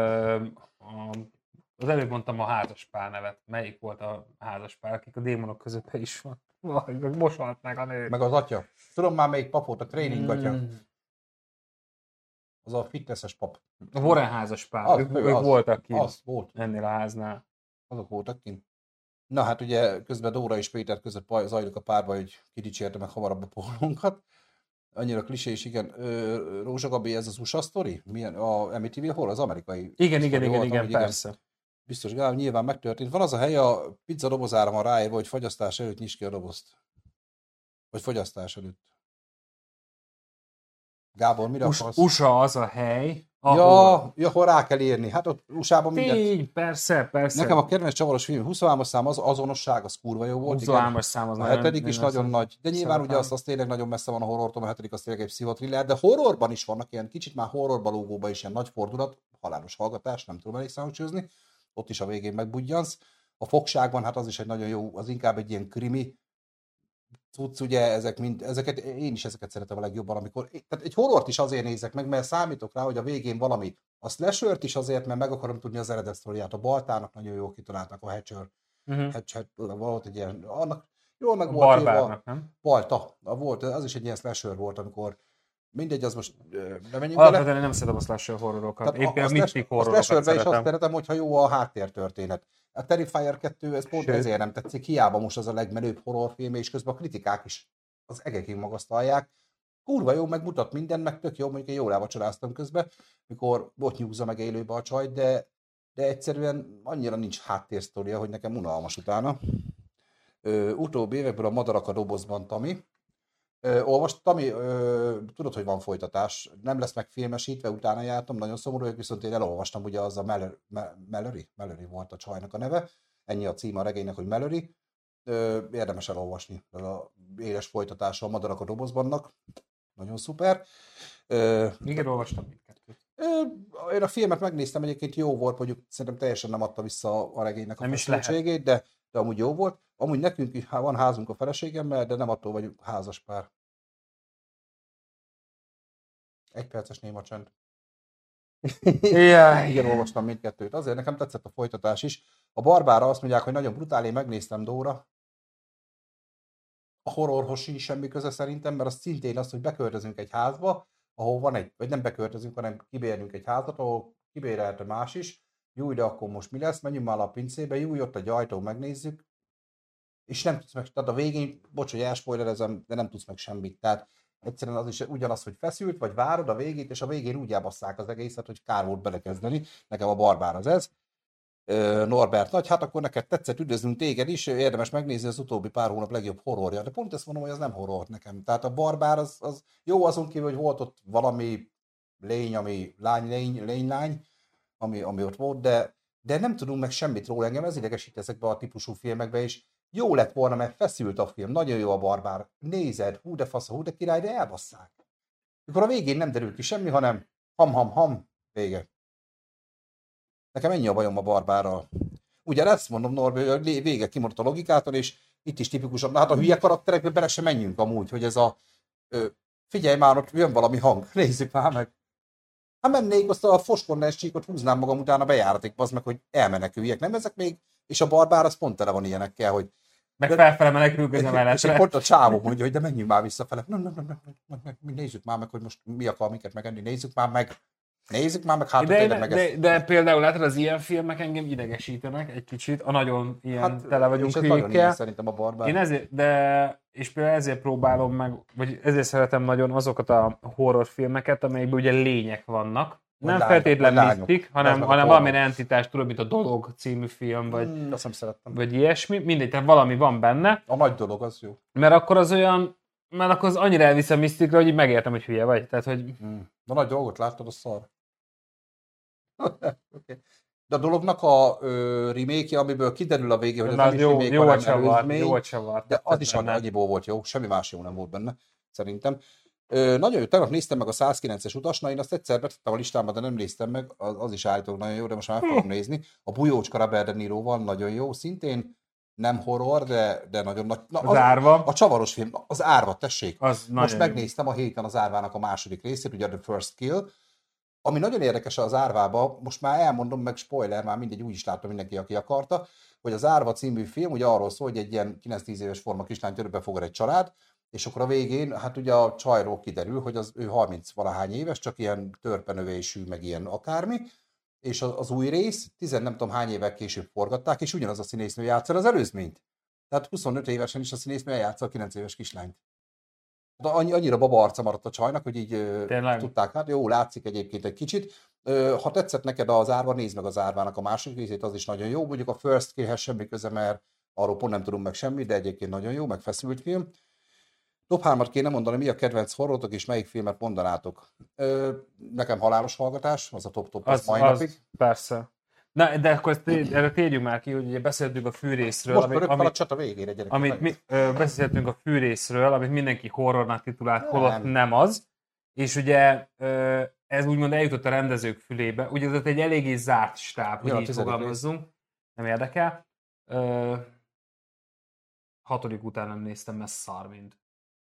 az előbb mondtam a házaspár nevet, melyik volt a házaspár, akik a démonok között is van. Meg most meg a nő. Meg az atya. Tudom már melyik pap volt, a tréning atya. Mm. Az a fitnesses pap. A Warren házaspár, az, ők, ő, ők az, voltak kint az volt. ennél a háznál. Azok voltak kint. Na hát ugye közben Dóra és Péter között zajlik a párba, hogy kidicsérte meg hamarabb a pólónkat. Annyira klisés, igen. Rózsa Gabi, ez az u es á sztori? Milyen? A Amityville hol? Az amerikai? Igen, igen, igen, volt, igen, persze. Igen. Biztos, Gál, nyilván megtörtént. Van az a hely, a pizza dobozára van ráírva, hogy fagyasztás előtt nyisd ki a dobozt. Vagy fogyasztás előtt. Gábor, mire Us- akarsz? u es á az a hely, ahol... Ja, ja, ahol rá kell írni. Hát ott u es á-ban mindent... Így, persze, persze. Nekem a kedvenc csavaros film, huszonhármas szám, az azonosság, az kurva jó volt. huszonhármas szám az a hetedik is nagyon nagy. De nyilván ugye az, az tényleg nagyon messze van a horrortól, a hetedik az tényleg egy pszichotriller, de horrorban is vannak ilyen kicsit már horrorban lógóban is ilyen nagy fordulat, halálos hallgatás, nem tudom elég hangsúlyozni. Ott is a végén megbudjansz. A fogságban, hát az is egy nagyon jó, az inkább egy ilyen krimi cucc, ugye, ezek mind, ezeket, én is ezeket szeretem a legjobban, amikor, tehát egy horrort is azért nézek meg, mert számítok rá, hogy a végén valami, a slashert is azért, mert meg akarom tudni az eredet sztoriát, a Baltának nagyon jól kitaláltak, a Hatcher, uh-huh. Hatcher, volt egy ilyen, annak jól meg a volt Barbárnak, nem? Balta, volt, az is egy ilyen slasher volt, amikor mindegy, az most nem menjünk vele. Alapvetően nem szeretem a slasher horrorokat. Én például a mystic horrorokat szeretem. A slasherben is azt szeretem, szeretem, hogyha jó a háttértörténet. A Terrifier kettő, ez pont Sőt. ezért nem tetszik, hiába most az a legmenőbb horrorfilm, és közben a kritikák is az egekig magasztalják. Kurva jó, megmutat minden, meg tök jó, mondjuk én jól elvacsoráztam közben, mikor ott nyúzza meg élőbe a csajt, de, de egyszerűen annyira nincs háttérsztoria, hogy nekem unalmas utána. Ö, utóbbi évekből a Madarak a dobozban, Tami. Ö, olvast, Tami, ö, tudod, hogy van folytatás, nem lesz megfilmesítve, utána jártam, nagyon szomorú, viszont én elolvastam, ugye az a Mallory, Mallory, Mallory volt a csajnak a neve, ennyi a címe a regénynek, hogy Mallory. Ö, érdemes elolvasni, ez a éles folytatása a Madarak a dobozbannak, nagyon szuper. Ö, Igen, olvastam mindkettőt. Én a filmet megnéztem, egyébként jó volt, mondjuk szerintem teljesen nem adta vissza a regénynek a feszültségét, de, de amúgy jó volt. Amúgy nekünk is van házunk a feleségemmel, de nem attól vagyunk házas pár. Egy perces néma csend. Yeah. Igen, olvastam mindkettőt. Azért nekem tetszett a folytatás is. A Barbára azt mondják, hogy nagyon brutál, én megnéztem, Dóra. A horrorhoz sincs semmi köze szerintem, mert az szintén az, hogy beköltözünk egy házba, ahol van egy, vagy nem beköltözünk, hanem kibérünk egy házat, ahol kibérelte más is. Jó, de akkor most mi lesz? Menjünk már a pincébe, jó, ott egy ajtó, megnézzük. És nem tudsz meg, tehát a végén, bocs, hogy elspoilerezem, de nem tudsz meg semmit. Tehát egyszerűen az is ugyanaz, hogy feszült, vagy várod a végét, és a végén úgy elbasszák az egészet, hogy kár volt belekezdeni. Nekem a Barbár az ez. Norbert Nagy, hát akkor neked tetszett, üdvözlünk téged is, érdemes megnézni az utóbbi pár hónap legjobb horrorja, de pont ezt mondom, hogy az nem horror nekem. Tehát a Barbár az, az jó azon kívül, hogy volt ott valami lény, ami lány, lény, lény, lány, ami, ami ott volt, de, de nem tudunk meg semmit róla, engem ez idegesít ezekbe a típusú filmekbe, és jó lett volna, mert feszült a film, nagyon jó a Barbár, nézed, hú de fasz, hú de király, de elbasszák. Mikor a végén nem derül ki semmi, hanem ham-ham-ham, vége. Nekem ennyi a bajom a Barbárral. Ugye ezt mondom, Norbi, hogy vége kimondott a logikától, és itt is tipikusabb. Na hát a hülye karakterekbe bele sem menjünk amúgy, hogy ez a... Ö, figyelj már, ott jön valami hang, nézzük már meg. Hát mennék, azt a foskornás csíkot húznám magam utána bejáratik, az meg, hogy elmeneküljek. Nem ezek még És a barbár az pont tele van ilyenekkel, hogy meg felfele menekülünk az emeletre. És pont a csávó mondja, hogy de menjünk már visszafele. Nem, nem, nem, nem, nem, nem, nem, nézzük már meg, hogy most mi akar minket megenni, nézzük már meg. Nézzük már meg, hát de, meg de, ezt. de például látod, az ilyen filmek engem idegesítenek egy kicsit, a nagyon ilyen hát, tele vagyunk hülyékkel. Szerintem a barbár. Én ezért, de, és például ezért próbálom meg, vagy ezért szeretem nagyon azokat a horrorfilmeket, amelyekben ugye lények vannak. Nem feltétlenül misztik, hanem, hanem valamilyen entitás, tudod, mint a Dolog című film, vagy, mm, azt nem szerettem. Vagy ilyesmi. Mindegy, tehát valami van benne. A nagy dolog az jó. Mert akkor az olyan, mert akkor az annyira elvisz a misztikra, hogy így megértem, hogy hülye vagy. Tehát, hogy... Mm. De a nagy dolgot láttad, a szar. Okay. De a dolognak a ö, remake-je, amiből kiderül a végén, hogy az nem is remake, jó, hanem csavar, előzmény, jó csavar, de az is annyiból volt jó, semmi más jó nem volt benne, szerintem. Ö, nagyon jó, tegnap néztem meg a százkilences utas, na én azt egyszer betettem a listámba, de nem néztem meg, az, az is állítólag nagyon jó, de most már meg fogom nézni. A Bujócska Robert De Niroval nagyon jó, szintén nem horror, de, de nagyon nagy. Na, az, az Árva. A csavaros film, az Árva, tessék. Az most megnéztem a héten az Árvának a második részét, ugye The First Kill. Ami nagyon érdekes az Árvába, most már elmondom, meg spoiler, már mindegy, úgy is látta mindenki, aki akarta, hogy az Árva című film ugye arról szól, hogy egy ilyen kilenc-tíz éves forma kislányt örökbe fogad egy család, és akkor a végén, hát ugye a csajról kiderül, hogy az ő harminc-valahány éves, csak ilyen törpenövésű, meg ilyen akármi, és az, az új rész, tizen nem tudom hány évvel később forgatták, és ugyanaz a színésznő játsza az előzményt. Tehát huszonöt évesen is a színésznő eljátsza a kilenc éves kislányt. De annyi, annyira baba arca maradt a csajnak, hogy így Tényleg? tudták, hát jó, látszik egyébként egy kicsit. Ha tetszett neked az Árva, nézd meg az Árvának a második részét, az is nagyon jó. Mondjuk a First Kill-hez semmi köze, mert arról pont nem tudunk meg semmit, de egyébként nagyon jó, meg feszült film. Top hármat kéne mondani, mi a kedvenc horrorotok, és melyik filmet mondanátok? Nekem Halálos hallgatás, az a top-top, az, az mai az, napig. Persze. Na, de akkor erre térjünk már ki, hogy ugye beszéltünk a fűrészről. Most pörög fel a csata végére, gyerekek. Amit mi, ö, beszéltünk a fűrészről, amit mindenki horrornak titulált, holott nem az. És ugye ö, ez úgymond eljutott a rendezők fülébe. Ugye ez egy eléggé zárt stáb, hogy ja, így fogalmazzunk. Rész. Nem érdekel. Ö, hatodik után nem néztem, mert szar mind.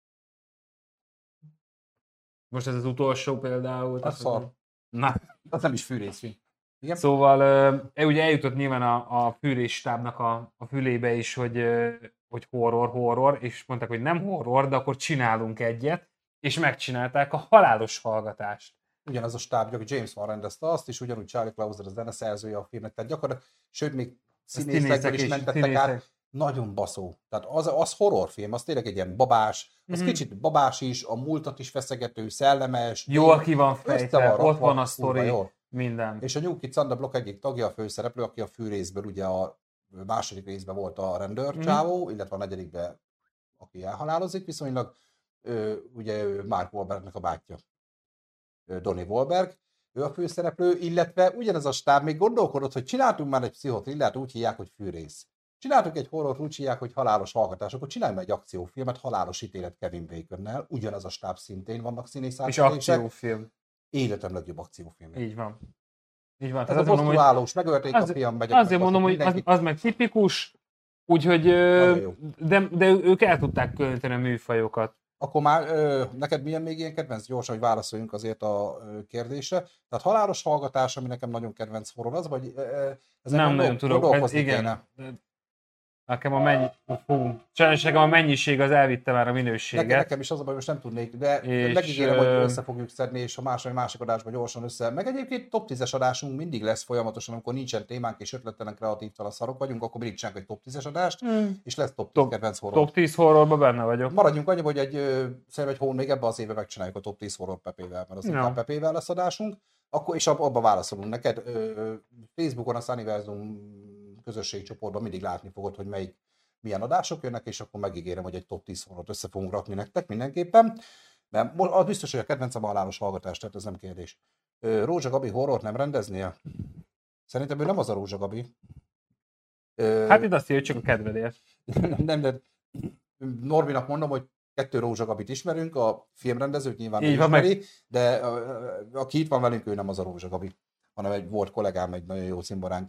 Most ez az utolsó például. Az szar. Na. Az nem is fűrészfilm. Igen. Szóval e, ugye eljutott nyilván a, a fűrésstábnak a, a fülébe is, hogy, hogy horror, horror, és mondták, hogy nem horror, de akkor csinálunk egyet, és megcsinálták a Halálos hallgatást. Ugyanaz a stáb, James Wan rendezte azt, és ugyanúgy Charlie Clauser a zeneszerzője a filmnek, tehát gyakorlatilag, sőt, még színészekből is mentettek át, nagyon baszó. Tehát az, az horrorfilm, az tényleg egy ilyen babás, az mm-hmm. kicsit babás is, a múltat is feszegető, szellemes. Jól ki van fejtve, ott van a sztori. Minden. És a New Kids on the Block egyik tagja, a főszereplő, aki a fűrészből ugye a második részben volt a rendőr mm. csávó, illetve a negyedikben, aki elhalálozik viszonylag, ő, ugye ő Mark Wahlbergnek a bátyja, Donnie Wahlberg, ő a főszereplő, illetve ugyanez a stáb még gondolkodott, hogy csináltunk már egy pszichotrillert, úgy hívják, hogy Fűrész. Csináltunk egy horror, úgy hívják, hogy Halálos hallgatás, akkor csináljunk egy akciófilmet, Halálos ítélet Kevin Baconnel, ugyanaz a stáb szintén vannak színészátadések. És akciófilm. Életem legjobb akciófilm. Így van. Így van. Ez a bosszúállós, megölték a fiam, megyek. Azért mondom, hogy az, az meg tipikus, úgyhogy de, de ők el tudták különíteni a műfajokat. Akkor már ö, neked milyen még ilyen kedvenc? Gyorsan, hogy válaszoljunk azért a ö, kérdésre. Tehát Halálos hallgatás, ami nekem nagyon kedvenc horror, az, vagy ö, ez nem nagyon tudok. Ez, igen. Nekem a mennyi... Fú, sajnos nekem a mennyiség az elvitte már a minőséget. Nekem, nekem is az a baj, most nem tudnék, de és megígérem, hogy össze fogjuk szedni, és a másik, másik adásban gyorsan össze. Meg egyébként top tízes adásunk mindig lesz folyamatosan, amikor nincsen témánk és ötletelen kreatív szarok vagyunk, akkor mindig csinálunk egy top tízes adást, mm. és lesz top tíz kedvenc horror. Top tíz horrorban benne vagyok. Maradjunk annyi, hogy egy, szerintem egy hón még ebben az évben megcsináljuk a top tíz horror Pepével, mert az no. inkább Pepével lesz adásunk. Akkor, és abba válaszolunk neked. Facebookon, a Sunniversum közösségcsoportban mindig látni fogod, hogy melyik milyen adások jönnek, és akkor megígérem, hogy egy top tíz horrort össze fogunk rakni nektek mindenképpen. Mert az biztos, hogy a kedvencem a Halálos hallgatás, tehát ez nem kérdés. Rózsa Gabi horrort nem rendeznie? Szerintem ő nem az a Rózsa Gabi. Hát itt azt írja, csak a kedvedért. nem, nem, de Norbinak mondom, hogy kettő Rózsa Gabit ismerünk, a filmrendezőt nyilván nem ismeri, meg. De aki itt van velünk, ő nem az a Rózsa Gabi, hanem egy volt kollégám, egy nagyon jó cimboránk.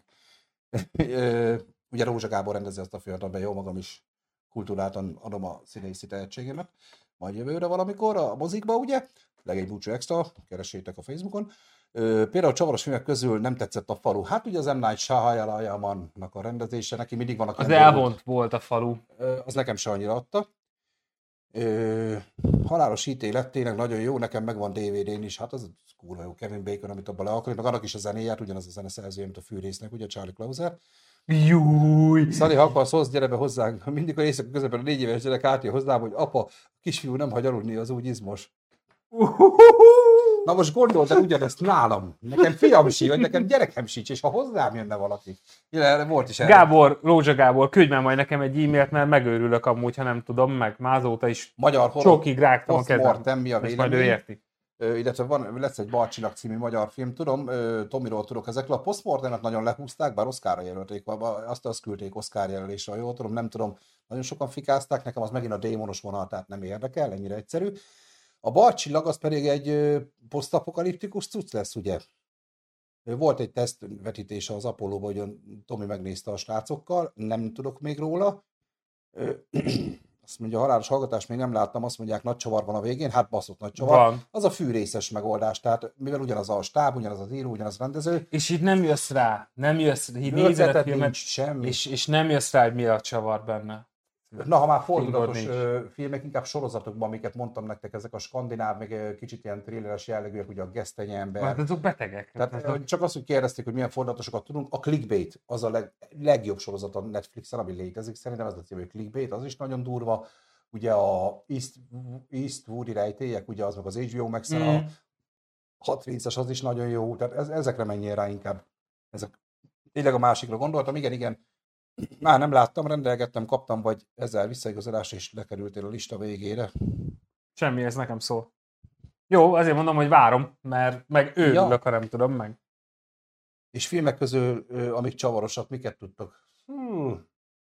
Ugye Rózsa Gábor rendezi azt a filmet, amiben jó magam is kultúráltan adom a színészi tehetségemet, majd jövőre valamikor a mozikba, ugye? Legény búcsú extra, keressétek a Facebookon. Ö, például csavaros filmek közül nem tetszett a falu. Hát ugye az M. Night Shyamalannak a rendezése, neki mindig vannak Az ilyen elvont dolgok. volt a falu. Ö, az nekem se annyira adta. Ö, halálos ítélet tényleg nagyon jó, nekem megvan dé vé dén is, hát az kurva jó, Kevin Bacon, amit abban le akarít, meg annak is a zenéját, ugyanaz a zeneszerzője, mint a fűrésznek, ugye Charlie Clouser. Júj! Szali, ha akarsz, hozz, gyere be hozzánk. Mindig a éjszaka közepén a négy éves gyerek átjön hozzám, hogy apa, a kisfiú nem hagy aludni, az úgy izmos. Na most gondold el ugyanezt nálam. Nekem fiam sír, vagy nekem gyerekem sincs, és ha hozzám jönne valaki. Ja, volt is erre. Gábor, Rózsa Gábor, küldj már majd nekem egy e-mailt, mert megőrülök amúgy, ha nem tudom, meg már azóta is Magyar horror, csokig rágtam a kezem. Post-mortem, mi a Ezt majd ő vélemény? érti. Ö, illetve van, lesz egy Balcsinak című magyar film, tudom, ö, Tomiról tudok ezekről. A Postmortemet nagyon lehúzták, bár Oscarra jelölték, azt azt küldték Oscar jelölésre, ha jól tudom, nem tudom, nagyon sokan fikázták, nekem az megint a démonos vonal, tehát nem érdekel, ennyire egyszerű. A Balcsillag az pedig egy ö, posztapokaliptikus cucc lesz, ugye? Ö, Volt egy tesztvetítése az Apollóban, hogy Tomi megnézte a srácokkal, nem tudok még róla. Ö, Azt mondja, a halálos hallgatást még nem láttam, azt mondják, nagy csavar van a végén, hát baszott nagy csavar. Van. Az a fűrészes megoldás, tehát mivel ugyanaz a stáb, ugyanaz az író, ugyanaz a rendező, És itt nem jössz rá, nem jössz, így nézed a ötleted filmet, nincs semmi. és, és nem jössz rá, hogy mi a csavar benne. Na, ha már fordulatos Fingod ö, filmek, inkább sorozatokban, amiket mondtam nektek, ezek a skandináv, meg ö, kicsit ilyen thrilleres jellegűek, ugye a Gesztenye ember. Hát azok betegek. Tehát azok... csak azt, hogy kérdezték, hogy milyen fordulatosokat tudunk, a Clickbait az a leg, legjobb sorozat a Netflixen, ami létezik, szerintem ez a cím, hogy Clickbait, az is nagyon durva. Ugye a East, Eastwoodi rejtélyek, ugye az meg az há bé o Max-en, Mm. a hatrinces az is nagyon jó, tehát ez, ezekre menjél rá inkább. Ezek. Tényleg a másikra gondoltam, igen, igen. Már nem láttam, rendelgettem, kaptam, vagy ezzel visszaigazolás, és lekerültél a lista végére. Semmi, ez nekem szól. Jó, azért mondom, hogy várom, mert meg őrülök, Ja. ha nem tudom meg. És filmek közül, ö, amik csavarosak, miket tudtok? Hú,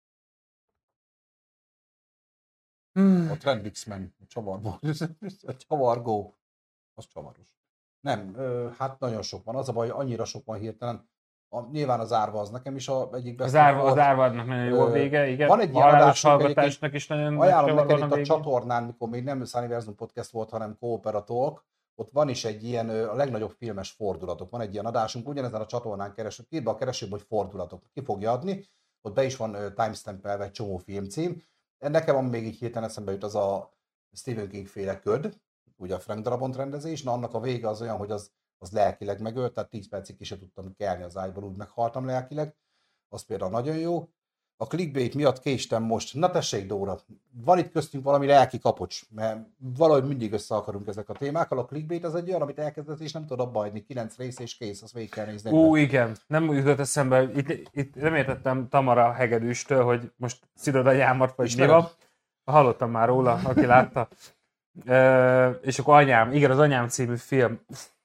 Hmm. a Trend X-Men, a csavargó. A csavargó. Az csavaros. Nem, ö, hát nagyon sok van. Az a baj, annyira sok van hirtelen. A, nyilván az árva az nekem is a egyik Az, best árva, of az volt. árvádnak nagyon jó a Ö, vége, igen. van egy a ilyen halálos adásunk hallgatásnak is nagyon Ajánlom csavar neked van itt a a végén. csatornán, mikor még nem Sunnyversum podcast volt, hanem Cooperatalk, ott van is egy ilyen, ö, a legnagyobb filmes fordulatok. Van egy ilyen adásunk, ugyanezen a csatornán keresünk, írd be a keresőbe, hogy fordulatok. Ki fogja adni, ott be is van ö, timestampelve egy csomó filmcím. Nekem, ami még így hirtelen eszembe jut, az a Stephen King féle Köd, ugye a Frank Darabont rendezés, na annak a vége az olyan, hogy az, az lelkileg megölt, tehát tíz percig ki se tudtam kelni az ágyból, úgy meghaltam lelkileg. Az például nagyon jó. A clickbait miatt késtem most. Na tessék, Dóra, van itt köztünk valami lelki kapocs, mert valahogy mindig össze akarunk ezek a témákkal. A clickbait az egy olyan, amit elkezdett, és nem tudod abba hagyni. Kilenc rész és kész, azt végig kell nézni. Ú, igen, nem jutott eszembe, itt, itt nem értettem Tamara Hegedűstől, hogy most szidod a jámat, vagy mi van. Hallottam már róla, aki látta. E, és akkor Anyám, igen, az Anyám című film.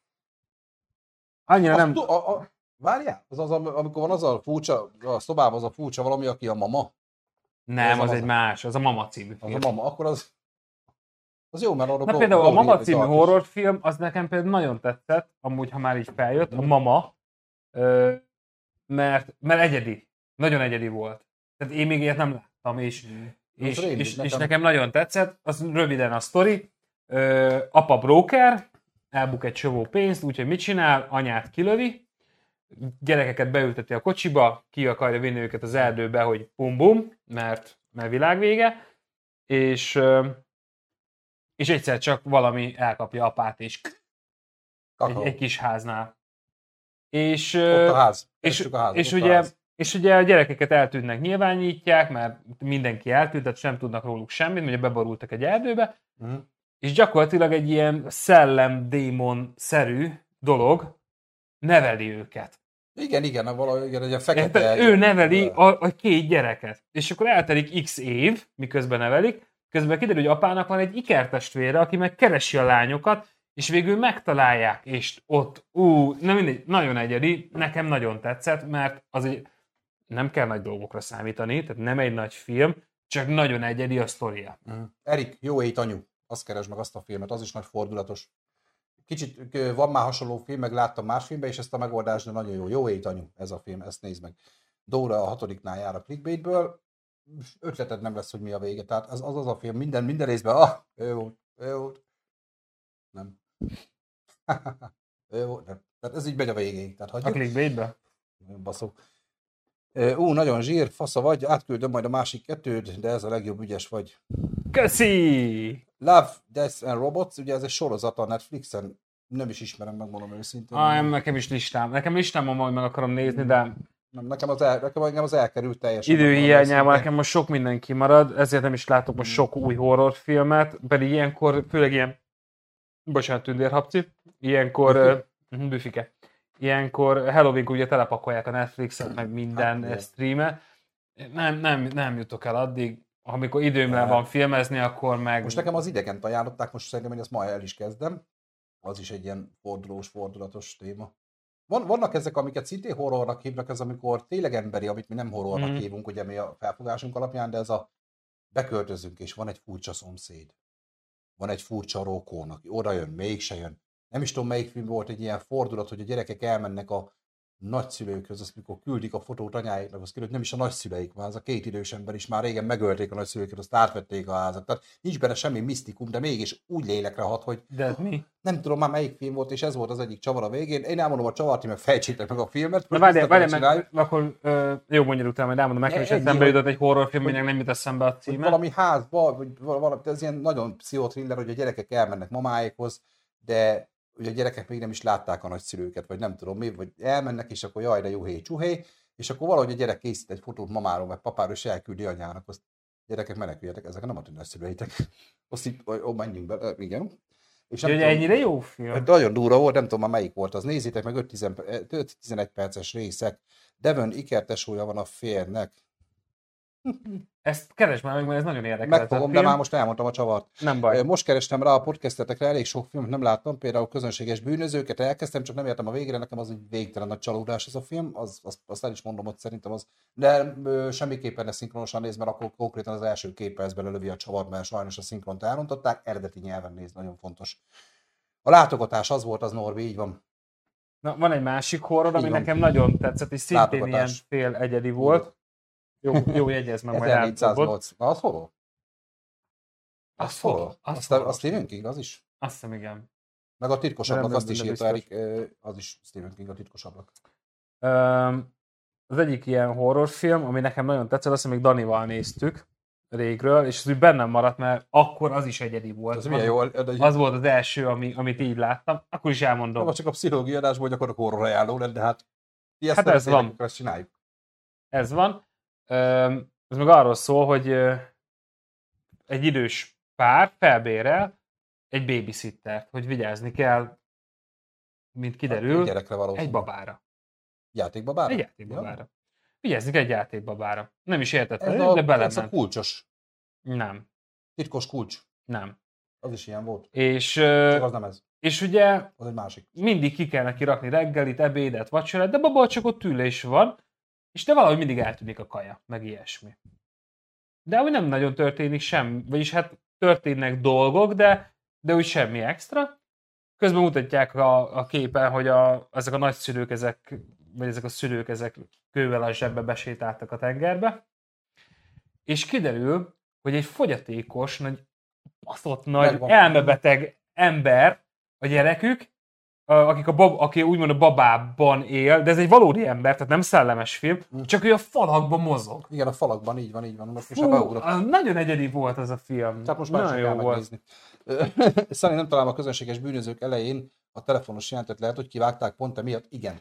Annyira nem... A, a, a, várjál, az az, amikor van az a furcsa, a szobában az a furcsa valami, aki a mama. Nem, az, az egy a- más, az a Mama című Az film. a mama, akkor az, az jó, mert arra Na go- például a go- Mama go- című go- horrorfilm, az nekem például nagyon tetszett, amúgy, ha már így feljött, a Mama, ö, mert, mert egyedi, nagyon egyedi volt. Tehát én még ilyet nem láttam, és, és, rémlik és, és nekem. nekem nagyon tetszett. Az röviden a sztori. Ö, apa broker, elbuk egy csomó pénzt, úgyhogy mit csinál? Anyát kilövi, gyerekeket beülteti a kocsiba, ki akarja vinni őket az erdőbe, hogy bum-bum, mert, mert világvége, és, ö, és egyszer csak valami elkapja apát, és egy, Kakao. egy kis háznál. És, Ott ö, a ház. és, Keressük a házat, és, ott a ugye, ház. és ugye a gyerekeket eltűnnek, nyilvánítják, mert mindenki eltűnt, tehát sem tudnak róluk semmit, ugye beborultak egy erdőbe, Mhm. és gyakorlatilag egy ilyen szellem-démon-szerű dolog neveli őket. Igen, igen, valahogy, igen, egy ilyen Tehát fekete... ő neveli a, a két gyereket. És akkor eltelik x év, miközben nevelik, közben kiderül, hogy apának van egy ikertestvére, aki meg keresi a lányokat, és végül megtalálják, és ott, ú, nem mindegy, nagyon egyedi, nekem nagyon tetszett, mert az egy, nem kell nagy dolgokra számítani, tehát nem egy nagy film, csak nagyon egyedi a sztoria. Mhm. Erik, Jó ét anyu. Azt keresd meg azt a filmet, az is nagy fordulatos. Kicsit ö, van már hasonló film, meg láttam más filmben, és ezt a megoldást, de nagyon jó. Jó ét anyu, ez a film, ezt nézd meg. Dóra a hatodiknál jár a clickbaitből, ötleted nem lesz, hogy mi a vége. Tehát az az, az a film, minden, minden részben, ah, jó volt, jó volt. Nem. Tehát ez így megy a végéig. Tehát A hagyjuk. clickbaitbe? Baszó. Ú, nagyon zsír, fasza vagy, átküldöm majd a másik kettőt, de ez a legjobb, ügyes vagy. Köszi! Love, Death and Robots, ugye ez egy sorozat a Netflixen, nem is ismerem, megmondom őszintén. Ah, nekem is listám. Nekem listám van, majd meg akarom nézni, de Nem, nekem az, el, nekem, nekem az elkerült teljesen. időhiányában nekem most sok minden kimarad, ezért nem is látok most Mm. sok új horrorfilmet, pedig ilyenkor, főleg ilyen, bocsánat, tündérhapci, ilyenkor, uh, büfike, ilyenkor Halloween ugye telepakolják a Netflixet, meg minden Hát, streamet. Nem, nem, nem jutok el addig, amikor időmben De- van filmezni, akkor meg... Most nekem az Idegent ajánlották, most szerintem, hogy ezt ma el is kezdem. Az is egy ilyen fordulós, fordulatos téma. Van, vannak ezek, amiket szintén horrornak hívnak, ez amikor tényleg emberi, amit mi nem horrornak Mhm. hívunk, ugye mi a felfogásunk alapján, de ez a beköltözünk, és van egy furcsa szomszéd. Van egy furcsa rókón, aki oda jön, mégse jön. Nem is tudom, melyik film volt egy ilyen fordulat, hogy a gyerekek elmennek a nagyszülőkhöz, azt mikor küldik a fotót anyáiknak, az kiderül, hogy nem is a nagyszüleik, már az a két idős ember is már régen megölték a nagyszülőket, azt átvették a házat. Tehát nincs benne semmi misztikum, de mégis úgy lélekre hat, hogy De ez mi? nem tudom már melyik film volt, és ez volt az egyik csavar a végén. Én elmondom a csavart, ti meg fejtsétek meg a filmet. Na hogy várjál, biztos, várjál hogy meg, akkor ö, jó, mondjad utána, majd elmondom, nekem is Ennyi, eszembe hogy- jutott egy horrorfilm, hogy- aminek nem jut eszembe a hogy címe. valami házba, vagy valami, ez ilyen nagyon pszichotriller, hogy a gyerekek elmennek mamáékhoz, de ugye a gyerekek még nem is látták a nagyszülőket, vagy nem tudom mi, vagy elmennek, és akkor jaj, de juhé, csuhé, és akkor valahogy a gyerek készít egy fotót mamáról, vagy papáról, és elküldi anyának, azt gyerekek meneküljetek, ezek nem a ti nagyszülőitek. Azt így, ó, menjünk be, igen. És nem Hogy tudom- ennyire jó film? Nagyon durva volt, nem tudom már melyik volt az. Nézzétek meg, öt-tizenegy perces részek. Devon ikertesója van a férnek. Ezt keresd már meg, mert ez nagyon érdekel. ez a Megfogom, de film. már most elmondtam a csavart. Nem baj. Most kerestem rá a podcastetekre, elég sok filmet nem láttam, például Közönséges bűnözőket elkezdtem, csak nem értem a végére, nekem az egy végtelen nagy csalódás ez a film, az, az, azt el is mondom, hogy szerintem az, de ö, semmiképpen ne szinkronosan néz, mert akkor konkrétan az első két percben lelövi a csavart, mert sajnos a szinkront elrontották, eredeti nyelven néz, nagyon fontos. A látogatás az volt, az Norbi, így van. Na, van egy másik horror, ami Így van. nekem nagyon tetszett, és szintén ilyen Látogatás. fél egyedi volt. Jó, jó jegyez meg, majd elfogod. ezernégyszáznyolc. Na, az horror? Az horror? horror. Az Azt, azt horror. Stephen King, az is? Azt hiszem, igen. Meg a titkos Nem, ablak, nem, azt is nem írta biztos. Erik, ö, az is Stephen King, a titkos ablak. Öm, az egyik ilyen horrorfilm, ami nekem nagyon tetszett, azt hiszem, még Danival néztük régről, és az úgy bennem maradt, mert akkor az is egyedi volt. Ez milyen jó, de Az volt az első, ami, amit így láttam. Akkor is elmondom. nem csak a pszichológiai adásból gyakorlatilag horror ajánló lett, de hát ti ezt Hát ez szeretnétek, van. akkor ezt csináljuk. Ez van. Öm, ez meg arról szól, hogy ö, egy idős pár felbérel egy babysittert, hogy vigyázni kell, mint Egy kiderül, gyerekre valószínű. egy babára. Játékbabára? Egy játékbabára. Vigyázni kell egy játékbabára. Nem is értette, Ez de a, ez a belement. kulcsos, Nem, titkos kulcs. nem. Az is ilyen volt. És, Csak ö, az nem ez. és ugye Az egy másik. mindig ki kell neki rakni reggelit, ebédet, vacsorát, de baba csak ott ülés van, és de valahogy mindig eltűnik a kaja, meg ilyesmi. De úgy nem nagyon történik semmi, vagyis hát történnek dolgok, de, de úgy semmi extra. Közben mutatják a, a képen, hogy a, ezek a nagyszülők, ezek, vagy ezek a szülők, ezek kővel a zsebbe besétáltak a tengerbe, és kiderül, hogy egy fogyatékos, nagy, baszott nagy, Megvan. elmebeteg ember a gyerekük, a- akik a bab, aki úgymond a babában él, de ez egy valódi ember, tehát nem szellemes film, csak ő a falakban mozog. Igen, a falakban így van, így van. Most is Fú, beugrott. az nagyon egyedi volt az a film. Tehát most már sem nagyon kell jó volt. megnézni. Szani, nem találom a közönséges bűnözők elején a telefonos jelentet, lehet, hogy kivágták pont emiatt? Igen.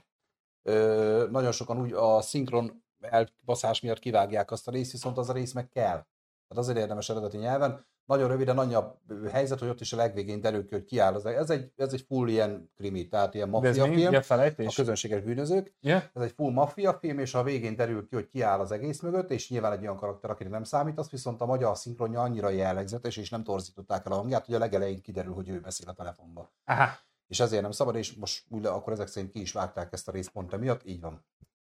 Ö, nagyon sokan úgy a szinkron elbaszás miatt kivágják azt a részt, viszont az a rész meg kell. Tehát azért érdemes eredeti nyelven. Nagyon röviden annyi a helyzet, hogy ott is a legvégén derül ki, hogy kiáll az. Ez egy, ez egy full ilyen krimi, tehát ilyen De ez maffia mi? film. Ja, A felejtés? közönséges bűnözők. Ja? Ez egy full maffia film, és a végén derül ki, hogy kiáll az egész mögött, és nyilván egy olyan karakter, akire nem számít, az viszont a magyar szinkronja annyira jellegzetes, és nem torzították el a hangját, hogy a legelején kiderül, hogy ő beszél a telefonba. Aha. És ezért nem szabad, és most úgy, akkor ezek szerint ki is vágták ezt a részt pont emiatt, így van.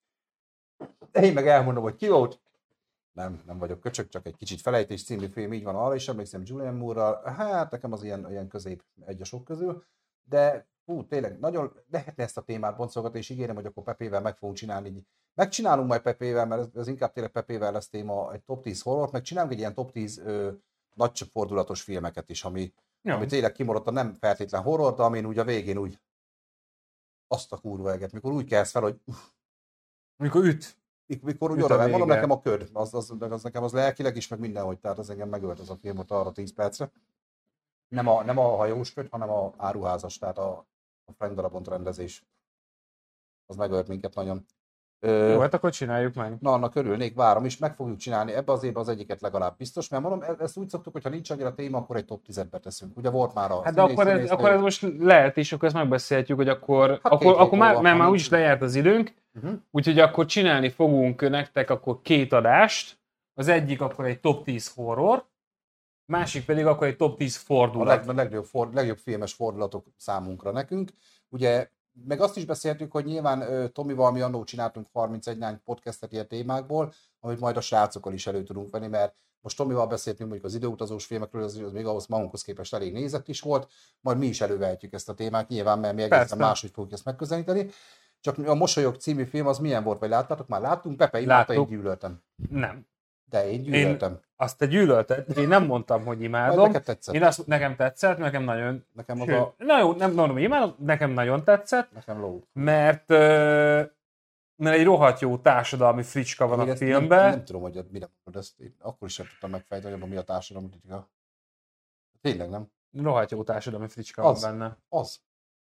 Én meg elmondom, hogy ki volt. Nem, nem vagyok köcsög, csak egy kicsit felejtés című film, így van, arra is emlékszem Julian Moore-ral. Hát nekem az ilyen, ilyen közép egy a sok közül, de hú, tényleg nagyon lehetne ezt a témát boncolgatni, és ígérem, hogy akkor Pepével meg fogunk csinálni. Így. Megcsinálunk majd Pepével, mert ez, ez inkább tényleg Pepével lesz téma, egy top tíz horror, meg csinálunk egy ilyen top tíz ö, nagy fordulatos filmeket is, ami Jó. Ami tényleg kimaradt, nem feltétlen horror, de amin úgy a végén úgy azt a kurva eget, mikor úgy kelsz fel, hogy uff, Mikor üt. mikor úgy Üt a oda, mondom vége. nekem a köd, az, az, az, nekem az lelkileg is, meg mindenhogy, tehát az engem megölt az a film ott arra tíz percre. Nem a, nem a hajós köd, hanem a áruházas, tehát a, a fenndarabont rendezés. Az megölt minket nagyon. Ö, Jó, hát akkor csináljuk meg. Na, annak örülnék, várom is, meg fogjuk csinálni ebbe az évben az egyiket legalább biztos, mert mondom, e- ezt úgy szoktuk, hogy ha nincs annyira téma, akkor egy top tízet teszünk. Ugye volt már a Hát de akkor ez, akkor ez most lehet, és akkor ezt megbeszélhetjük, hogy akkor, Hát akkor, két hét akkor már, múlva, mert ha már nincs- úgyis lejárt az időnk, uh-huh. úgyhogy akkor csinálni fogunk nektek akkor két adást. Az egyik akkor egy top tíz horror, másik pedig akkor egy top tíz A fordulat. leg, legjobb, for, legjobb filmes fordulatok számunkra nekünk. Ugye, meg azt is beszéltük, hogy nyilván uh, Tomival mi annó csináltunk harmincegy nány podcastet ilyen témákból, amit majd a srácokkal is elő tudunk venni, mert most Tomival beszéltünk mondjuk az időutazós filmekről, az, az még ahhoz magunkhoz képest elég nézett is volt, majd mi is elővehetjük ezt a témát, nyilván, mert mi egészen Persze. máshogy fogjuk ezt megközelíteni. Csak a Mosolyog című film az milyen volt, vagy láttátok? Már láttunk? Pepe, imádta, én Láttuk. gyűlöltem. Nem. De én gyűlöltem. Azt te gyűlölted. Én nem mondtam, hogy Majd imádom. neked tetszett. Én azt, nekem tetszett, nekem nagyon... Nekem az Sőt, a... na jó, nem mondom, hogy imádom, nekem nagyon tetszett, Nekem ló. mert, ö, mert egy rohadt jó társadalmi fricska van Én a ezt filmben. Nem, nem tudom, hogy mire mondod, ezt én akkor is sem tudtam megfejteni, hogy abban mi a társadalmi kritika. Tényleg nem? Rohadt jó társadalmi fricska Az. van benne. Az.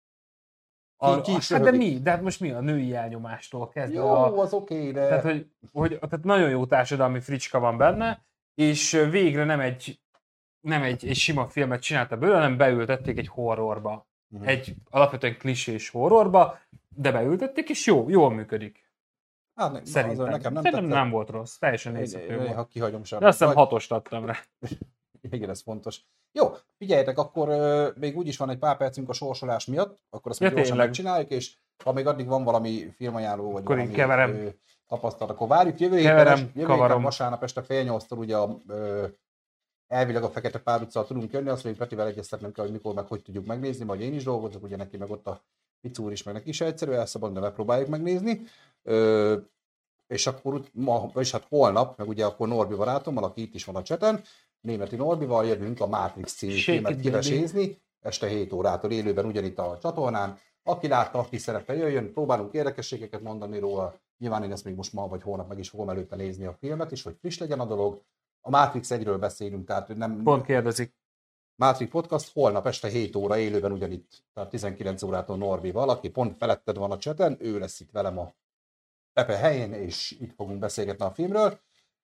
A, Ki- ki is hát de röhögik. mi? De hát most mi? A női elnyomástól kezdve. Jó, A, az oké, okay, de... tehát, hogy, hogy, tehát nagyon jó társadalmi fricska van benne, és végre nem egy, nem egy, egy sima filmet csinálta belőle, hanem beültették egy horrorba. Mhm. Egy alapvetően klisés horrorba, de beültették, és jó, jól működik. Hát, ne, Szerintem. az, nekem nem Szerintem tetszett. nem volt rossz. Teljesen Én- nézhető én- volt. Ha kihagyom sem. De azt hiszem Vagy- hatost adtam rá. Igen, ez fontos. Jó, figyeljetek, akkor ö, még úgyis van egy pár percünk a sorsolás miatt, akkor azt Ja, még gyorsan tényleg. megcsináljuk, és ha még addig van valami filmajánló, vagy Akkor én valami keverem. ö, tapasztalat, akkor várjuk. Jövő héten, Keverem, jövő héten kavarom. vasárnap este fél nyolctól ugye a, ö, elvileg a Fekete Pár utcával tudunk jönni, azt még Petivel egyeztetnünk kell, hogy mikor meg hogy tudjuk megnézni, majd én is dolgozok, ugye neki meg ott a Picúr is, meg neki is egyszerű, elszabad, de megpróbáljuk megnézni. Ö, és akkor ut- ma, és hát holnap, meg ugye akkor Norbi barátommal, aki itt is van a cseten, Németi Norbival jövünk a Matrix című Shake filmet it, baby. kivesézni, este hét órától élőben ugyanitt a csatornán. Aki látta, aki szerette, jöjjön, próbálunk érdekességeket mondani róla. Nyilván én ezt még most ma vagy holnap meg is fogom előtte nézni a filmet is, hogy friss legyen a dolog. A Matrix egyről beszélünk, tehát nem... Pont kérdezik. Matrix Podcast holnap este hét óra élőben ugyanitt, tehát tizenkilenc órától Norbival, aki pont feletted van a cseten, ő lesz itt velem a Pepe helyén, és itt fogunk beszélgetni a filmről.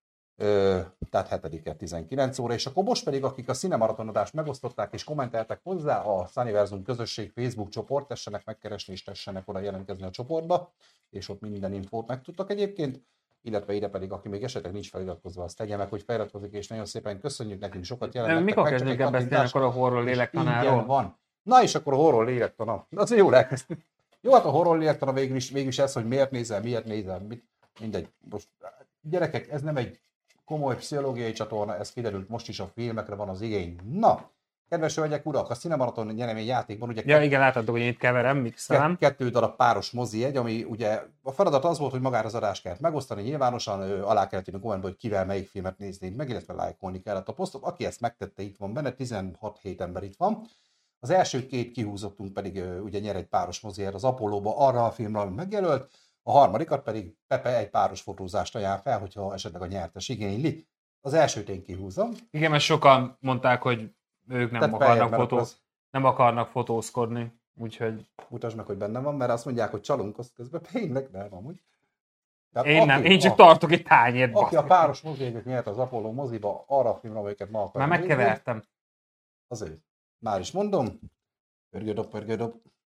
Ö, tehát hetedike tizenkilenc óra, és akkor most pedig, akik a Cinemaratonodást megosztották és kommenteltek hozzá, a Sunniversum közösség Facebook csoport, tessenek megkeresni és tessenek oda jelentkezni a csoportba, és ott minden infót megtudtak egyébként, illetve ide pedig, aki még esetleg nincs feliratkozva, azt tegye meg, hogy feliratkozik, és nagyon szépen köszönjük, nekünk sokat jelent. Nem, nektek mikor meg, csak kezdünk egy el beszélni kattintás, akkor a horror és lélektanáról? ingyen van. Na és akkor a horror lélektana. Az jó elkezdtük. Jó, hát a horror lélektana végül is, végül is ez, hogy miért nézel, miért nézel, mit, mindegy. Most, gyerekek, ez nem egy komoly pszichológiai csatorna, ez kiderült, most is a filmekre van az igény. Na, kedves hölgyek, urak, a Cinemaraton nyeremény játékban ugye Ja, igen, láthatok, hogy én itt keverem, mixelem. Ke- kettő darab páros mozi egy, ami ugye a feladat az volt, hogy magára az adást kellett megosztani, nyilvánosan ö, alá kellett írni a kommentbe, hogy kivel melyik filmet néznénk meg, illetve lájkolni kellett a posztot. Aki ezt megtette, itt van benne, tizenhat hét ember itt van. Az első két kihúzottunk pedig ö, ugye nyer egy páros moziért az Apollóba arra a filmre, ami megjelölt, a harmadikat pedig Pepe egy páros fotózást ajánl fel, hogyha esetleg a nyertes igényli. Az elsőt én kihúzom. Igen, mert sokan mondták, hogy ők nem Tehát akarnak, feljebb, mert fotó, az- nem akarnak fotózkodni, úgyhogy Mutasd meg, hogy benne van, mert azt mondják, hogy csalunk, azt közben tényleg, de amúgy. Tehát én nem, én csak a- tartok egy tányért. Aki a baszki. páros mozgéket nyert az Apollo moziba, arra a filmre, amelyiket ma akarunk Már nézni, megkevertem. az ő. Már is mondom. Pörgődob, pörgődob.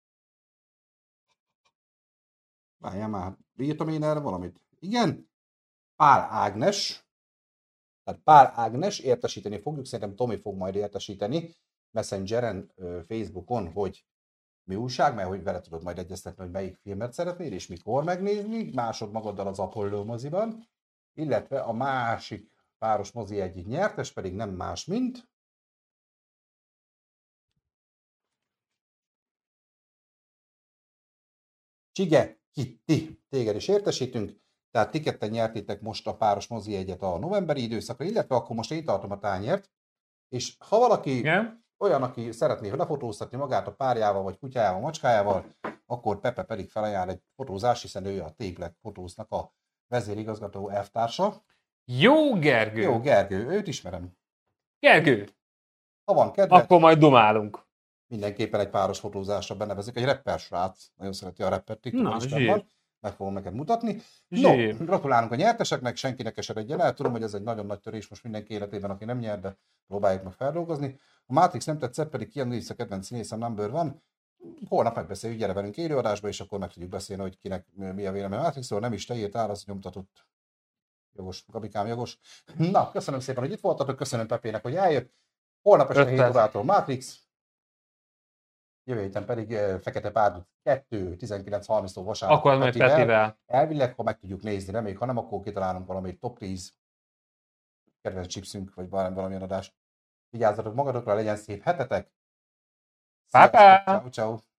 Várjál már, írtam én erre valamit? Igen? Pál Ágnes. Tehát Pál Ágnes, értesíteni fogjuk, szerintem Tomi fog majd értesíteni Messengeren, ö, Facebookon, hogy mi újság, mert hogy vele tudod majd egyeztetni, hogy melyik filmet szeretnél, és mikor megnézni, másod magaddal az Apollo moziban, illetve a másik páros mozi egyik nyertes pedig nem más, mint Csige Kitti. Téged is értesítünk, tehát ti ketten nyertétek most a páros mozi egyet a novemberi időszakra, illetve akkor most én tartom a tányért, és ha valaki Igen? olyan, aki szeretné lefotóztatni magát a párjával, vagy kutyájával, macskájával, akkor Pepe pedig felajánl egy fotózás, hiszen ő a Téplek Fotóznak a vezérigazgató elvtársa. Jó, Gergő! Jó, Gergő, őt ismerem. Gergő! Ha van kedved, akkor majd dumálunk. Mindenképpen egy páros fotózásra benevezik. Egy rapper srác, nagyon szereti a rappert, TikTokon is van. Meg fogom neked mutatni. Zsír. No, gratulálunk a nyerteseknek, senkinek esedjen el. Tudom, hogy ez egy nagyon nagy törés most mindenki életében, aki nem nyer, de próbáljuk meg feldolgozni. A Matrix nem tetszett, pedig Keanu Reeves a kedvenc színészem, number van. Holnap megbeszéljük, gyere velünk élőadásba, és akkor meg tudjuk beszélni, hogy kinek mi a vélemény a Matrixról. Nem is te írtál, az nyomtatott. Jogos, Gabikám, jogos. Na, köszönöm szépen, hogy itt voltatok, köszönöm Pepének, hogy eljött. Holnap este hét órától Matrix. Jövő héten pedig uh, Fekete Párduc kettő, tizenkilenc harminctól vasárnap. Akkor majd Petivel. Elvileg, ha meg tudjuk nézni, reméljük, ha nem, akkor kitalálunk valami top tíz kedvenc chipsünk, vagy valamilyen adást. Vigyázzatok magatokra, legyen szép hetetek. Pá-pá! Ciao, ciao.